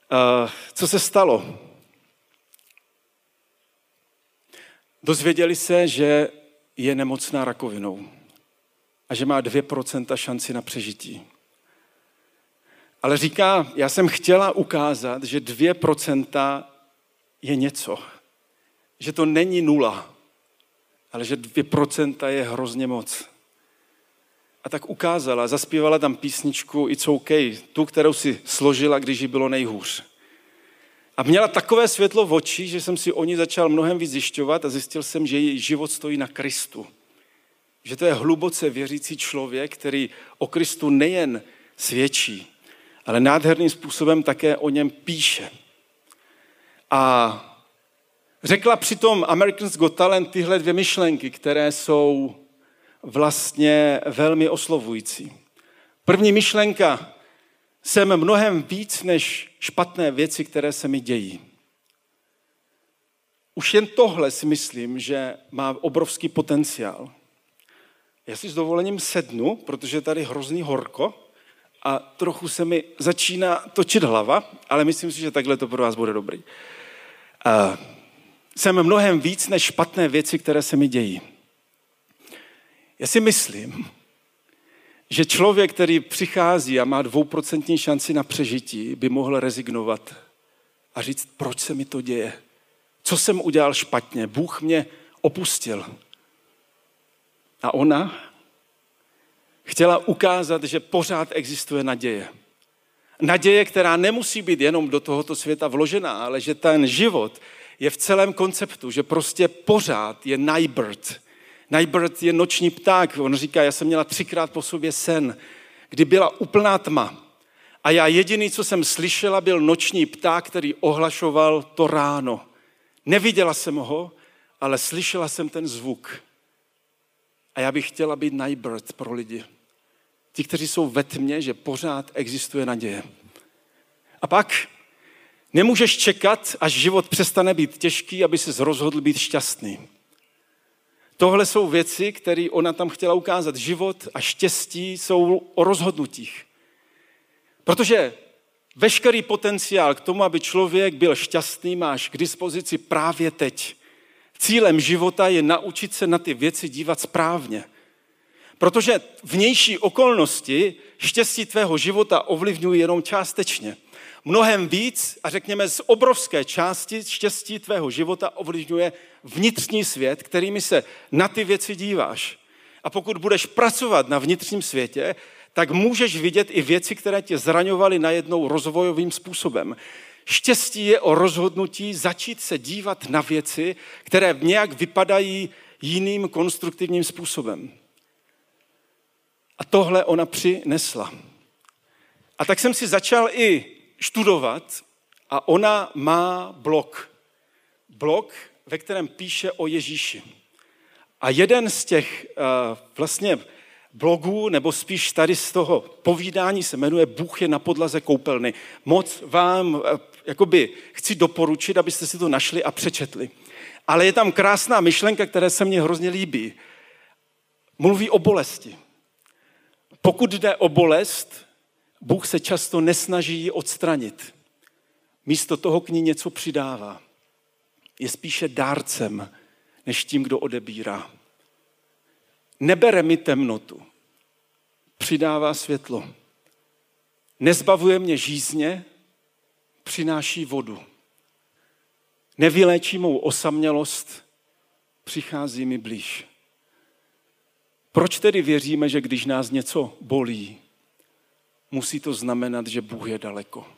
[SPEAKER 1] Co se stalo? Dozvěděli se, že je nemocná rakovinou a že má 2% šanci na přežití. Ale říká, já jsem chtěla ukázat, že 2% je něco. Že to není 0, ale že 2% je hrozně moc. A tak ukázala, zaspívala tam písničku It's OK, tu, kterou si složila, když jí bylo nejhůř. A měla takové světlo v očích, že jsem si o ní začal mnohem víc zjišťovat a zjistil jsem, že její život stojí na Kristu. Že to je hluboce věřící člověk, který o Kristu nejen svědčí, ale nádherným způsobem také o něm píše. A řekla přitom American's Got Talent tyhle 2 myšlenky, které jsou vlastně velmi oslovující. První myšlenka, jsem mnohem víc než špatné věci, které se mi dějí. Už jen tohle si myslím, že má obrovský potenciál. Já si s dovolením sednu, protože je tady hrozný horko a trochu se mi začíná točit hlava, ale myslím si, že takhle to pro vás bude dobrý. Jsem mnohem víc než špatné věci, které se mi dějí. Já si myslím, že člověk, který přichází a má 2% šanci na přežití, by mohl rezignovat a říct, proč se mi to děje? Co jsem udělal špatně? Bůh mě opustil. A ona chtěla ukázat, že pořád existuje naděje. Naděje, která nemusí být jenom do tohoto světa vložená, ale že ten život je v celém konceptu, že prostě pořád je nightbird. Nightbird je noční pták. On říká, já jsem měla 3krát po sobě sen, kdy byla úplná tma. A já jediný, co jsem slyšela, byl noční pták, který ohlašoval to ráno. Neviděla jsem ho, ale slyšela jsem ten zvuk. A já bych chtěla být nightbird pro lidi. Ti, kteří jsou ve tmě, že pořád existuje naděje. A pak nemůžeš čekat, až život přestane být těžký, aby ses rozhodl být šťastný. Tohle jsou věci, které ona tam chtěla ukázat. Život a štěstí jsou o rozhodnutích. Protože veškerý potenciál k tomu, aby člověk byl šťastný, máš k dispozici právě teď. Cílem života je naučit se na ty věci dívat správně. Protože vnější okolnosti štěstí tvého života ovlivňují jenom částečně. Mnohem víc a řekněme z obrovské části štěstí tvého života ovlivňuje vnitřní svět, kterými se na ty věci díváš. A pokud budeš pracovat na vnitřním světě, tak můžeš vidět i věci, které tě zraňovaly najednou rozvojovým způsobem. Štěstí je o rozhodnutí začít se dívat na věci, které nějak vypadají jiným konstruktivním způsobem. A tohle ona přinesla. A tak jsem si začal i studovat a ona má blog. Blog, ve kterém píše o Ježíši. A jeden z těch vlastně blogů, nebo spíš tady z toho povídání se jmenuje Bůh je na podlaze koupelny. Moc vám chci doporučit, abyste si to našli a přečetli. Ale je tam krásná myšlenka, která se mně hrozně líbí. Mluví o bolesti. Pokud jde o bolest, Bůh se často nesnaží ji odstranit. Místo toho k ní něco přidává. Je spíše dárcem, než tím, kdo odebírá. Nebere mi temnotu, přidává světlo. Nezbavuje mě žízně, přináší vodu. Nevyléčí mou osamělost, přichází mi blíž. Proč tedy věříme, že když nás něco bolí, musí to znamenat, že Bůh je daleko?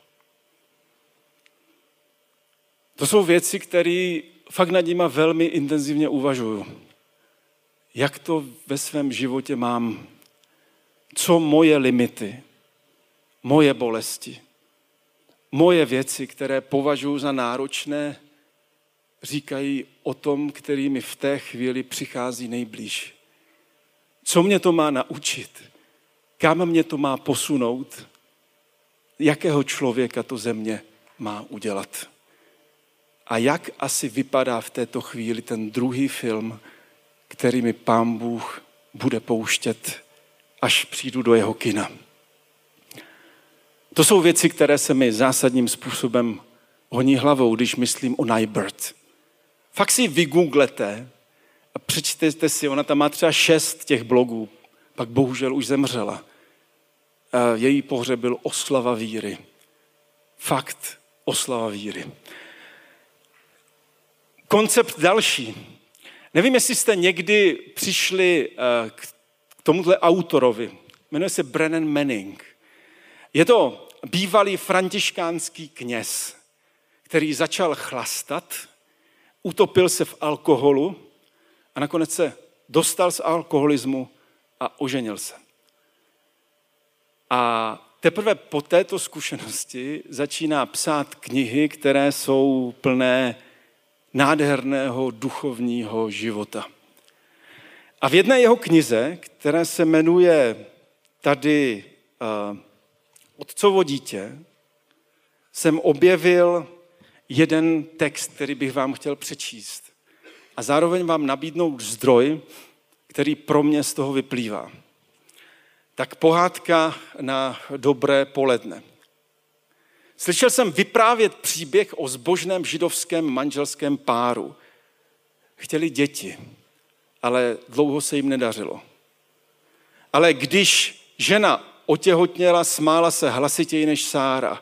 [SPEAKER 1] To jsou věci, které fakt nad nimi velmi intenzivně uvažuju. Jak to ve svém životě mám? Co moje limity? Moje bolesti? Moje věci, které považuji za náročné, říkají o tom, který mi v té chvíli přichází nejblíž. Co mě to má naučit? Kam mě to má posunout? Jakého člověka to ze mě má udělat? A jak asi vypadá v této chvíli ten druhý film, který mi Pán Bůh bude pouštět, až přijdu do jeho kina? To jsou věci, které se mi zásadním způsobem honí hlavou, když myslím o Najbert. Fakt si vygooglete a přečtěte si, ona tam má třeba 6 těch blogů, pak bohužel už zemřela. A její pohřeb byl oslava víry. Fakt oslava víry. Koncept další. Nevím, jestli jste někdy přišli k tomuhle autorovi. Jmenuje se Brennan Manning. Je to bývalý františkánský kněz, který začal chlastat, utopil se v alkoholu a nakonec se dostal z alkoholismu a oženil se. A teprve po této zkušenosti začíná psát knihy, které jsou plné nádherného duchovního života. A v jedné jeho knize, která se jmenuje tady Otcovo dítě, jsem objevil jeden text, který bych vám chtěl přečíst. A zároveň vám nabídnout zdroj, který pro mě z toho vyplývá. Tak pohádka na dobré poledne. Slyšel jsem vyprávět příběh o zbožném židovském manželském páru. Chtěli děti, ale dlouho se jim nedařilo. Ale když žena otěhotněla, smála se hlasitěji než Sára.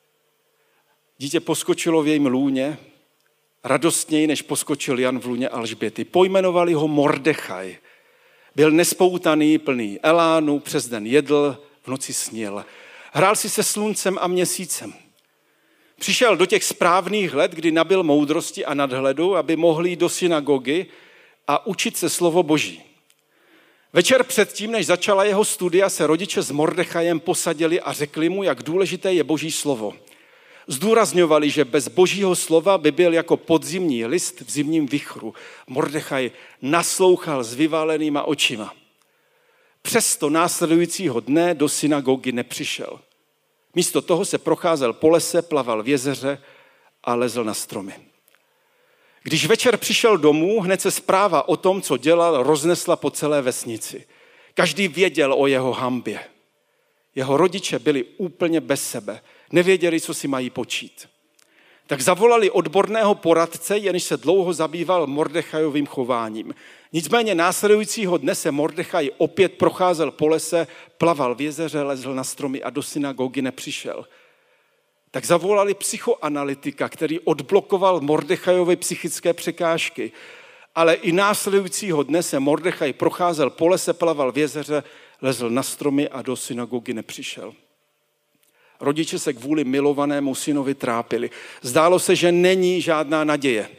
[SPEAKER 1] Dítě poskočilo v jejím lůně, radostněji, než poskočil Jan v lůně Alžběty. Pojmenovali ho Mordechaj. Byl nespoutaný, plný elánu, přes den jedl, v noci snil. Hrál si se sluncem a měsícem. Přišel do těch správných let, kdy nabyl moudrosti a nadhledu, aby mohl jít do synagogy a učit se slovo Boží. Večer předtím, než začala jeho studia, se rodiče s Mordechajem posadili a řekli mu, jak důležité je Boží slovo. Zdůrazňovali, že bez Božího slova by byl jako podzimní list v zimním vichru. Mordechaj naslouchal s vyválenýma očima. Přesto následujícího dne do synagogy nepřišel. Místo toho se procházel po lese, plaval v jezeře a lezl na stromy. Když večer přišel domů, hned se zpráva o tom, co dělal, roznesla po celé vesnici. Každý věděl o jeho hanbě. Jeho rodiče byli úplně bez sebe. Nevěděli, co si mají počít. Tak zavolali odborného poradce, jenž se dlouho zabýval Mordechajovým chováním. Nicméně následujícího dne se Mordechaj opět procházel po lese, plaval v jezeře, lezl na stromy a do synagogy nepřišel. Tak zavolali psychoanalytika, který odblokoval Mordechajovy psychické překážky. Ale i následujícího dne se Mordechaj procházel po lese, plaval v jezeře, lezl na stromy a do synagogy nepřišel. Rodiče se kvůli milovanému synovi trápili. Zdálo se, že není žádná naděje.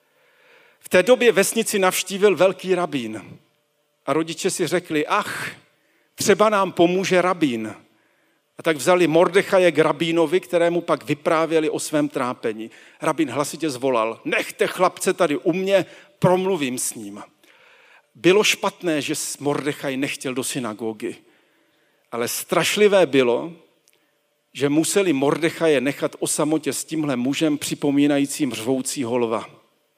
[SPEAKER 1] V té době vesnici navštívil velký rabín. A rodiče si řekli, třeba nám pomůže rabín. A tak vzali Mordechaje k rabínovi, kterému pak vyprávěli o svém trápení. Rabín hlasitě zvolal, nechte chlapce tady u mě, promluvím s ním. Bylo špatné, že Mordechaj nechtěl do synagogy. Ale strašlivé bylo, že museli Mordechaje nechat o samotě s tímhle mužem připomínajícím řvoucího lva.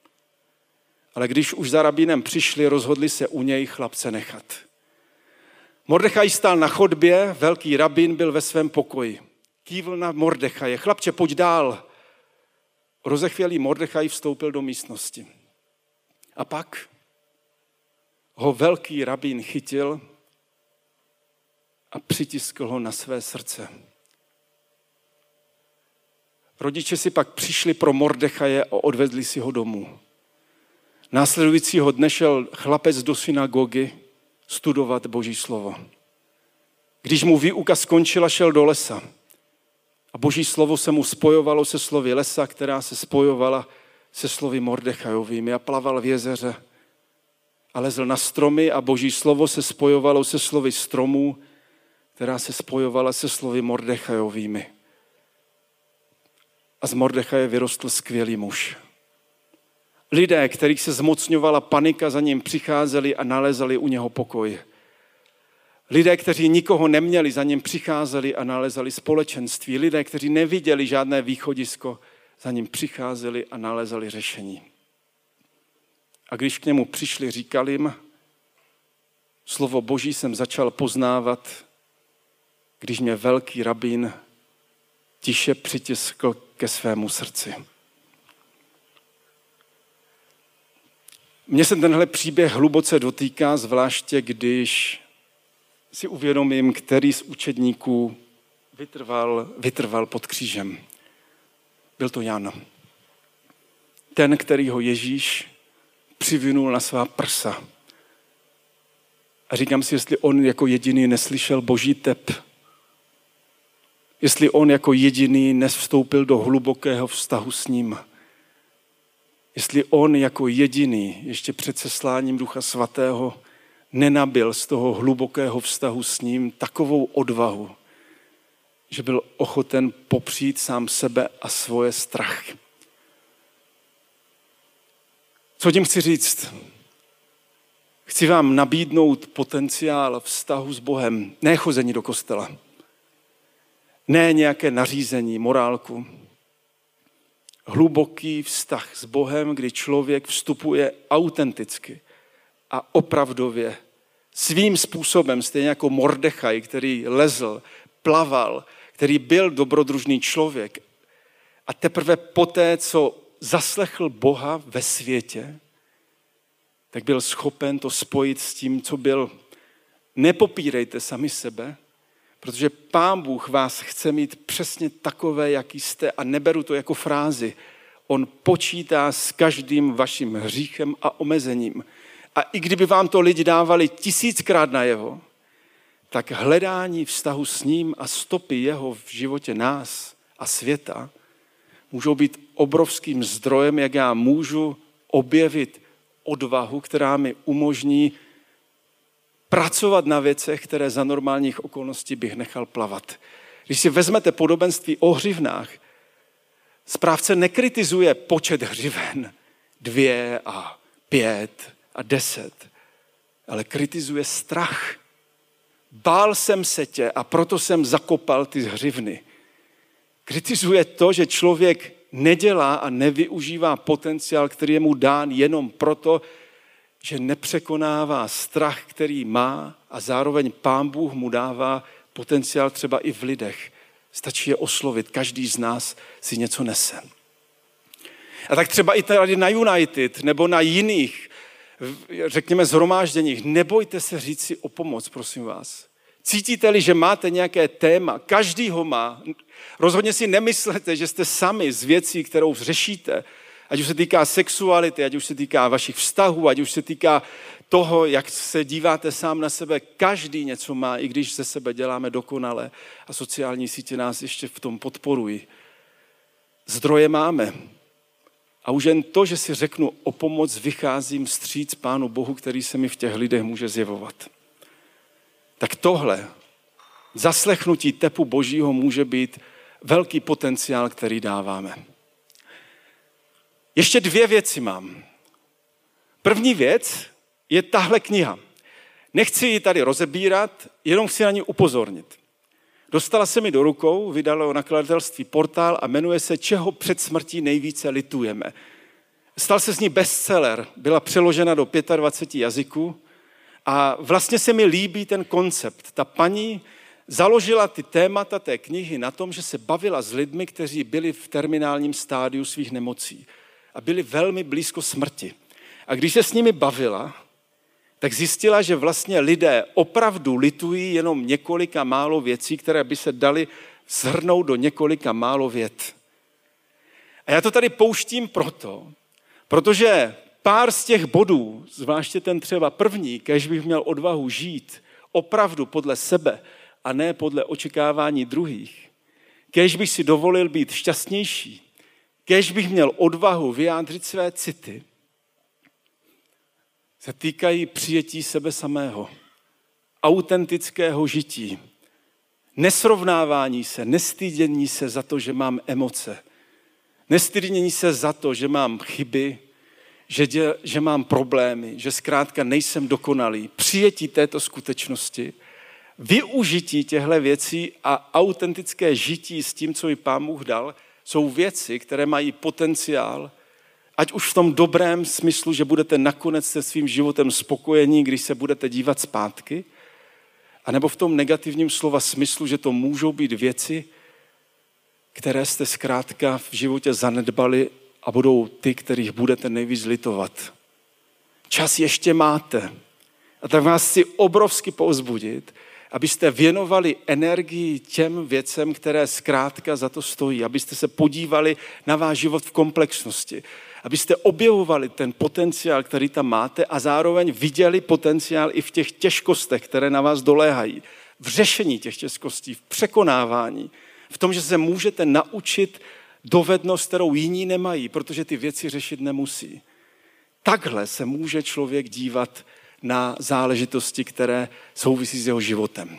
[SPEAKER 1] Ale když už za rabínem přišli, rozhodli se u něj chlapce nechat. Mordechaj stál na chodbě, velký rabín byl ve svém pokoji. Kývl na Mordechaje, chlapče, pojď dál. Rozechvělý Mordechaj vstoupil do místnosti. A pak ho velký rabín chytil a přitiskl ho na své srdce. Rodiče si pak přišli pro Mordechaje a odvezli si ho domů. Následujícího dne šel chlapec do synagogy studovat Boží slovo. Když mu výuka skončila, šel do lesa. A Boží slovo se mu spojovalo se slovy lesa, která se spojovala se slovy Mordechajovými, a plaval v jezeře a lezl na stromy a Boží slovo se spojovalo se slovy stromů, která se spojovala se slovy Mordechajovými. A z Mordechaje vyrostl skvělý muž. Lidé, kterých se zmocňovala panika, za ním přicházeli a nalezali u něho pokoj. Lidé, kteří nikoho neměli, za ním přicházeli a nalezali společenství. Lidé, kteří neviděli žádné východisko, za ním přicházeli a nalezali řešení. A když k němu přišli, říkali jim, slovo Boží jsem začal poznávat, když mě velký rabín tiše přitiskl ke svému srdci. Mně se tenhle příběh hluboce dotýká, zvláště když si uvědomím, který z učedníků vytrval pod křížem. Byl to Jan. Ten, který ho Ježíš přivinul na svá prsa. A říkám si, jestli on jako jediný neslyšel boží tep. Jestli on jako jediný nevstoupil do hlubokého vztahu s ním. Jestli on jako jediný ještě před sesláním Ducha Svatého nenabyl z toho hlubokého vztahu s ním takovou odvahu, že byl ochoten popřít sám sebe a svoje strachy. Co tím chci říct? Chci vám nabídnout potenciál vztahu s Bohem, ne chození do kostela, ne nějaké nařízení, morálku. Hluboký vztah s Bohem, kdy člověk vstupuje autenticky a opravdově svým způsobem, stejně jako Mordechaj, který lezl, plaval, který byl dobrodružný člověk. A teprve poté, co zaslechl Boha ve světě, tak byl schopen to spojit s tím, co byl. Nepopírejte sami sebe, protože Pán Bůh vás chce mít přesně takové, jaký jste, a neberu to jako frázi. On počítá s každým vaším hříchem a omezením. A i kdyby vám to lidi dávali 1000krát najevo, tak hledání vztahu s ním a stopy jeho v životě nás a světa můžou být obrovským zdrojem, jak já můžu objevit odvahu, která mi umožní pracovat na věcech, které za normálních okolností bych nechal plavat. Když si vezmete podobenství o hřivnách, správce nekritizuje počet hřiven 2 a 5 a 10, ale kritizuje strach. Bál jsem se tě a proto jsem zakopal ty hřivny. Kritizuje to, že člověk nedělá a nevyužívá potenciál, který je mu dán jenom proto, že nepřekonává strach, který má, a zároveň Pán Bůh mu dává potenciál třeba i v lidech. Stačí je oslovit, každý z nás si něco nese. A tak třeba i tady na United nebo na jiných, řekněme, shromážděních, nebojte se říct si o pomoc, prosím vás. Cítíte-li, že máte nějaké téma, každý ho má, rozhodně si nemyslete, že jste sami z věcí, kterou řešíte, ať už se týká sexuality, ať už se týká vašich vztahů, ať už se týká toho, jak se díváte sám na sebe. Každý něco má, i když ze sebe děláme dokonale a sociální sítě nás ještě v tom podporují. Zdroje máme. A už jen to, že si řeknu o pomoc, vycházím vstříc Pánu Bohu, který se mi v těch lidech může zjevovat. Tak tohle, zaslechnutí tepu Božího, může být velký potenciál, který dáváme. Ještě 2 věci mám. První věc je tahle kniha. Nechci ji tady rozebírat, jenom chci na ní upozornit. Dostala se mi do rukou, vydalo nakladatelství Portál a jmenuje se Čeho před smrtí nejvíce litujeme. Stal se z ní bestseller, byla přeložena do 25 jazyků a vlastně se mi líbí ten koncept. Ta paní založila ty témata té knihy na tom, že se bavila s lidmi, kteří byli v terminálním stádiu svých nemocí a byli velmi blízko smrti. A když se s nimi bavila, tak zjistila, že vlastně lidé opravdu litují jenom několika málo věcí, které by se daly shrnout do několika málo vět. A já to tady pouštím protože pár z těch bodů, zvláště ten třeba první, kéž bych měl odvahu žít opravdu podle sebe a ne podle očekávání druhých, kéž bych si dovolil být šťastnější, kéž bych měl odvahu vyjádřit své city, se týkají přijetí sebe samého, autentického žití, nesrovnávání se, nestydění se za to, že mám emoce, nestydění se za to, že mám chyby, že mám problémy, že zkrátka nejsem dokonalý, přijetí této skutečnosti, využití těchto věcí a autentické žití s tím, co ji Pán Bůh dal, jsou věci, které mají potenciál, ať už v tom dobrém smyslu, že budete nakonec se svým životem spokojení, když se budete dívat zpátky, anebo v tom negativním slova smyslu, že to můžou být věci, které jste zkrátka v životě zanedbali a budou ty, kterých budete nejvíc litovat. Čas ještě máte. A tak vás chci obrovsky povzbudit, abyste věnovali energii těm věcem, které zkrátka za to stojí. Abyste se podívali na váš život v komplexnosti. Abyste objevovali ten potenciál, který tam máte a zároveň viděli potenciál i v těch těžkostech, které na vás doléhají. V řešení těch těžkostí, v překonávání. V tom, že se můžete naučit dovednost, kterou jiní nemají, protože ty věci řešit nemusí. Takhle se může člověk dívat na záležitosti, které souvisí s jeho životem.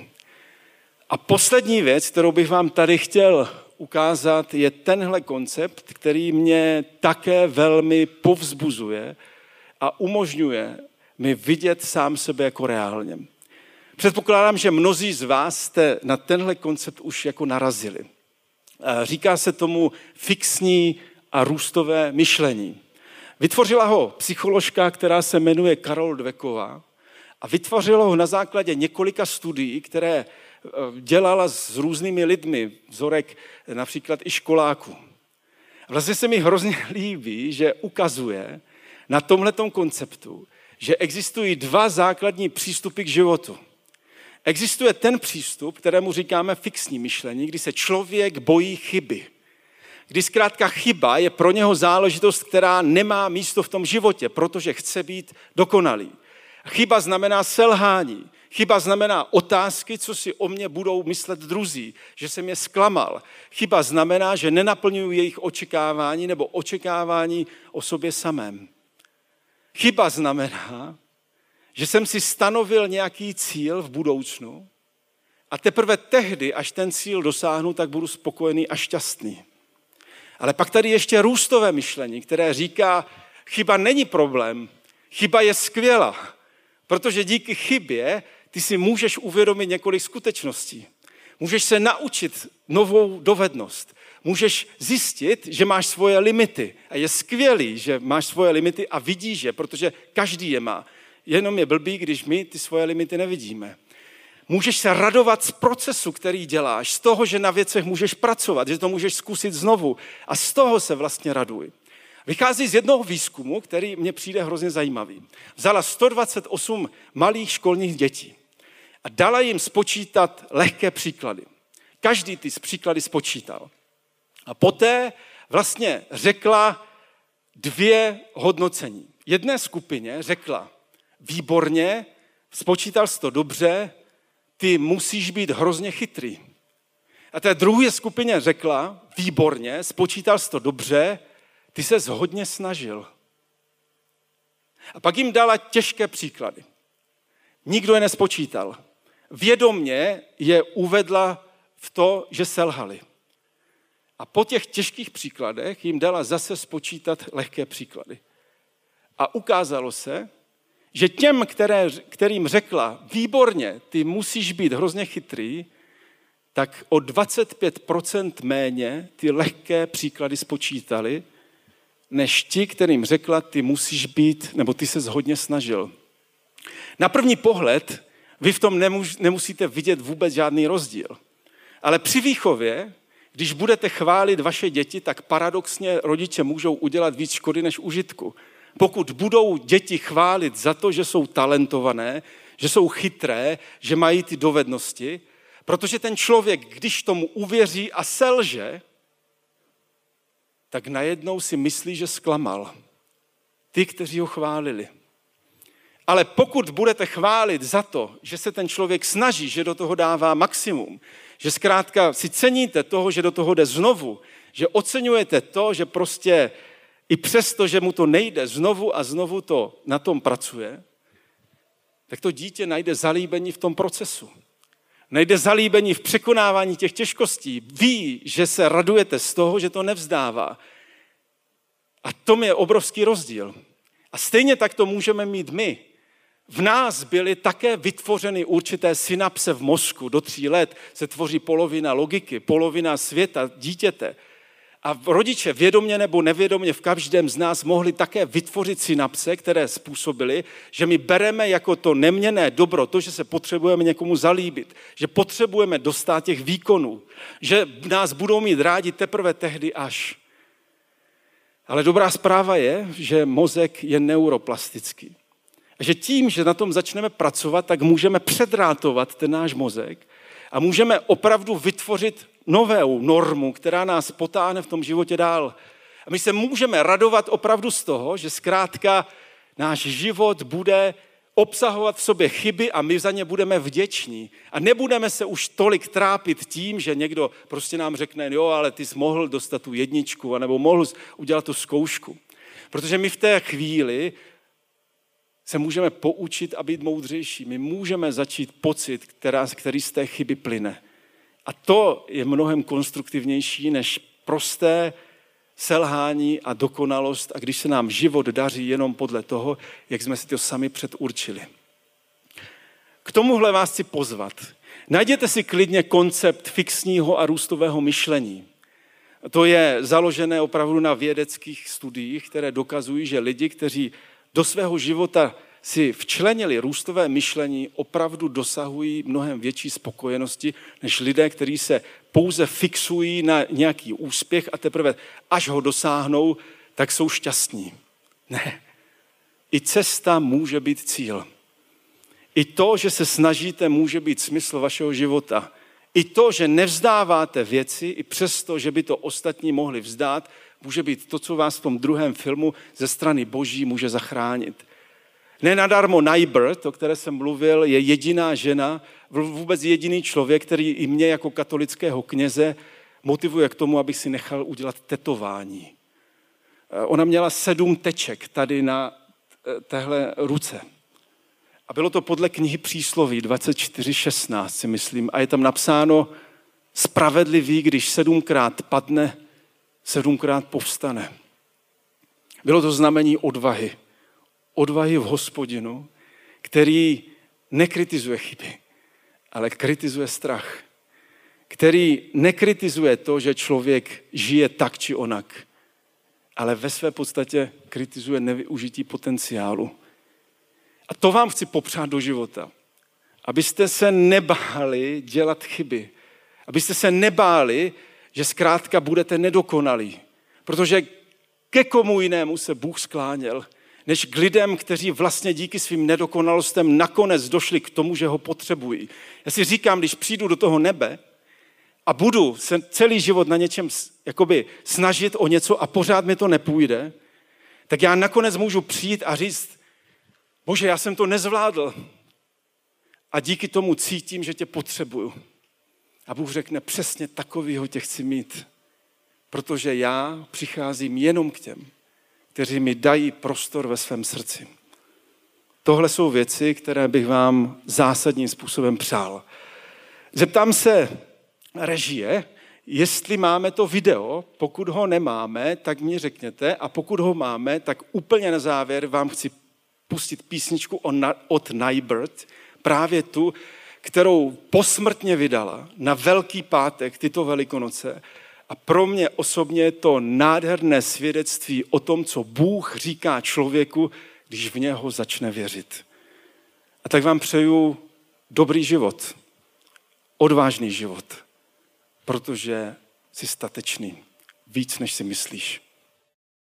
[SPEAKER 1] A poslední věc, kterou bych vám tady chtěl ukázat, je tenhle koncept, který mě také velmi povzbuzuje a umožňuje mi vidět sám sebe jako reálně. Předpokládám, že mnozí z vás jste na tenhle koncept už jako narazili. Říká se tomu fixní a růstové myšlení. Vytvořila ho psycholožka, která se jmenuje Carol Dwecková a vytvořila ho na základě několika studií, které dělala s různými lidmi, vzorek například i školáků. Vlastně se mi hrozně líbí, že ukazuje na tomhletom konceptu, že existují dva základní přístupy k životu. Existuje ten přístup, kterému říkáme fixní myšlení, kdy se člověk bojí chyby. Kdy zkrátka chyba je pro něho záležitost, která nemá místo v tom životě, protože chce být dokonalý. Chyba znamená selhání. Chyba znamená otázky, co si o mě budou myslet druzí, že jsem je zklamal. Chyba znamená, že nenaplňuji jejich očekávání nebo očekávání o sobě samém. Chyba znamená, že jsem si stanovil nějaký cíl v budoucnu a teprve tehdy, až ten cíl dosáhnu, tak budu spokojený a šťastný. Ale pak tady ještě růstové myšlení, které říká, chyba není problém, chyba je skvělá, protože díky chybě ty si můžeš uvědomit několik skutečností. Můžeš se naučit novou dovednost. Můžeš zjistit, že máš svoje limity. A je skvělý, že máš svoje limity a vidíš je, protože každý je má. Jenom je blbý, když my ty svoje limity nevidíme. Můžeš se radovat z procesu, který děláš, z toho, že na věcech můžeš pracovat, že to můžeš zkusit znovu. A z toho se vlastně raduj. Vychází z jednoho výzkumu, který mně přijde hrozně zajímavý. Vzala 128 malých školních dětí a dala jim spočítat lehké příklady. Každý ty příklady spočítal. A poté vlastně řekla dvě hodnocení. Jedné skupině řekla, výborně, spočítal jsi to dobře, ty musíš být hrozně chytrý. A té druhé skupině řekla, výborně, spočítal jsi to dobře, ty ses hodně snažil. A pak jim dala těžké příklady. Nikdo je nespočítal. Vědomně je uvedla v to, že selhali. A po těch těžkých příkladech jim dala zase spočítat lehké příklady. A ukázalo se, že těm, kterým řekla, výborně, ty musíš být hrozně chytrý, tak o 25% méně ty lehké příklady spočítali, než ti, kterým řekla, ty musíš být, nebo ty ses hodně snažil. Na první pohled vy v tom nemusíte vidět vůbec žádný rozdíl. Ale při výchově, když budete chválit vaše děti, tak paradoxně rodiče můžou udělat víc škody než užitku. Pokud budou děti chválit za to, že jsou talentované, že jsou chytré, že mají ty dovednosti, protože ten člověk, když tomu uvěří a selže, tak najednou si myslí, že zklamal. Ty, kteří ho chválili. Ale pokud budete chválit za to, že se ten člověk snaží, že do toho dává maximum, že zkrátka si ceníte toho, že do toho jde znovu, že oceňujete to, že prostě i přesto, že mu to nejde, znovu a znovu to na tom pracuje, tak to dítě najde zalíbení v tom procesu. Najde zalíbení v překonávání těch těžkostí. Ví, že se radujete z toho, že to nevzdává. A to je obrovský rozdíl. A stejně tak to můžeme mít my. V nás byly také vytvořeny určité synapse v mozku. Do 3 let se tvoří polovina logiky, polovina světa dítěte. A rodiče vědomě nebo nevědomě v každém z nás mohli také vytvořit synapse, které způsobily, že my bereme jako to neměnné dobro, to, že se potřebujeme někomu zalíbit, že potřebujeme dostat těch výkonů, že nás budou mít rádi teprve tehdy až. Ale dobrá zpráva je, že mozek je neuroplastický. A že tím, že na tom začneme pracovat, tak můžeme předrátovat ten náš mozek a můžeme opravdu vytvořit novou normu, která nás potáhne v tom životě dál. A my se můžeme radovat opravdu z toho, že zkrátka náš život bude obsahovat v sobě chyby a my za ně budeme vděční. A nebudeme se už tolik trápit tím, že někdo prostě nám řekne, jo, ale ty jsi mohl dostat tu jedničku, anebo mohl udělat tu zkoušku. Protože my v té chvíli se můžeme poučit a být moudřejší. My můžeme začít pocit, který z té chyby plyne. A to je mnohem konstruktivnější než prosté selhání a dokonalost, a když se nám život daří jenom podle toho, jak jsme si to sami předurčili. K tomuhle vás chci pozvat. Najděte si klidně koncept fixního a růstového myšlení. To je založené opravdu na vědeckých studiích, které dokazují, že lidi, kteří do svého života si včlenili růstové myšlení, opravdu dosahují mnohem větší spokojenosti, než lidé, kteří se pouze fixují na nějaký úspěch a teprve až ho dosáhnou, tak jsou šťastní. Ne. I cesta může být cíl. I to, že se snažíte, může být smysl vašeho života. I to, že nevzdáváte věci, i přesto, že by to ostatní mohli vzdát, může být to, co vás v tom druhém filmu ze strany Boží může zachránit. Nenadarmo Najbert, o které jsem mluvil, je jediná žena, vůbec jediný člověk, který i mě jako katolického kněze motivuje k tomu, abych si nechal udělat tetování. Ona měla 7 teček tady na téhle ruce. A bylo to podle knihy Přísloví 24:16, si myslím. A je tam napsáno, spravedlivý, když 7krát padne, 7krát povstane. Bylo to znamení odvahy. Odvahy v Hospodinu, který nekritizuje chyby, ale kritizuje strach. Který nekritizuje to, že člověk žije tak či onak, ale ve své podstatě kritizuje nevyužití potenciálu. A to vám chci popřát do života. Abyste se nebáli dělat chyby. Abyste se nebáli, že zkrátka budete nedokonalí. Protože ke komu jinému se Bůh skláněl, než k lidem, kteří vlastně díky svým nedokonalostem nakonec došli k tomu, že ho potřebují. Já si říkám, když přijdu do toho nebe a budu se celý život na něčem jakoby snažit o něco a pořád mi to nepůjde, tak já nakonec můžu přijít a říct, Bože, já jsem to nezvládl a díky tomu cítím, že tě potřebuju. A Bůh řekne, přesně takovýho tě chci mít, protože já přicházím jenom k těm, kteří mi dají prostor ve svém srdci. Tohle jsou věci, které bych vám zásadním způsobem přál. Zeptám se režie, jestli máme to video, pokud ho nemáme, tak mi řekněte, a pokud ho máme, tak úplně na závěr vám chci pustit písničku od Najbert, právě tu, kterou posmrtně vydala na Velký pátek tyto Velikonoce. A pro mě osobně je to nádherné svědectví o tom, co Bůh říká člověku, když v něho začne věřit. A tak vám přeju dobrý život, odvážný život, protože jsi statečný, víc než si myslíš.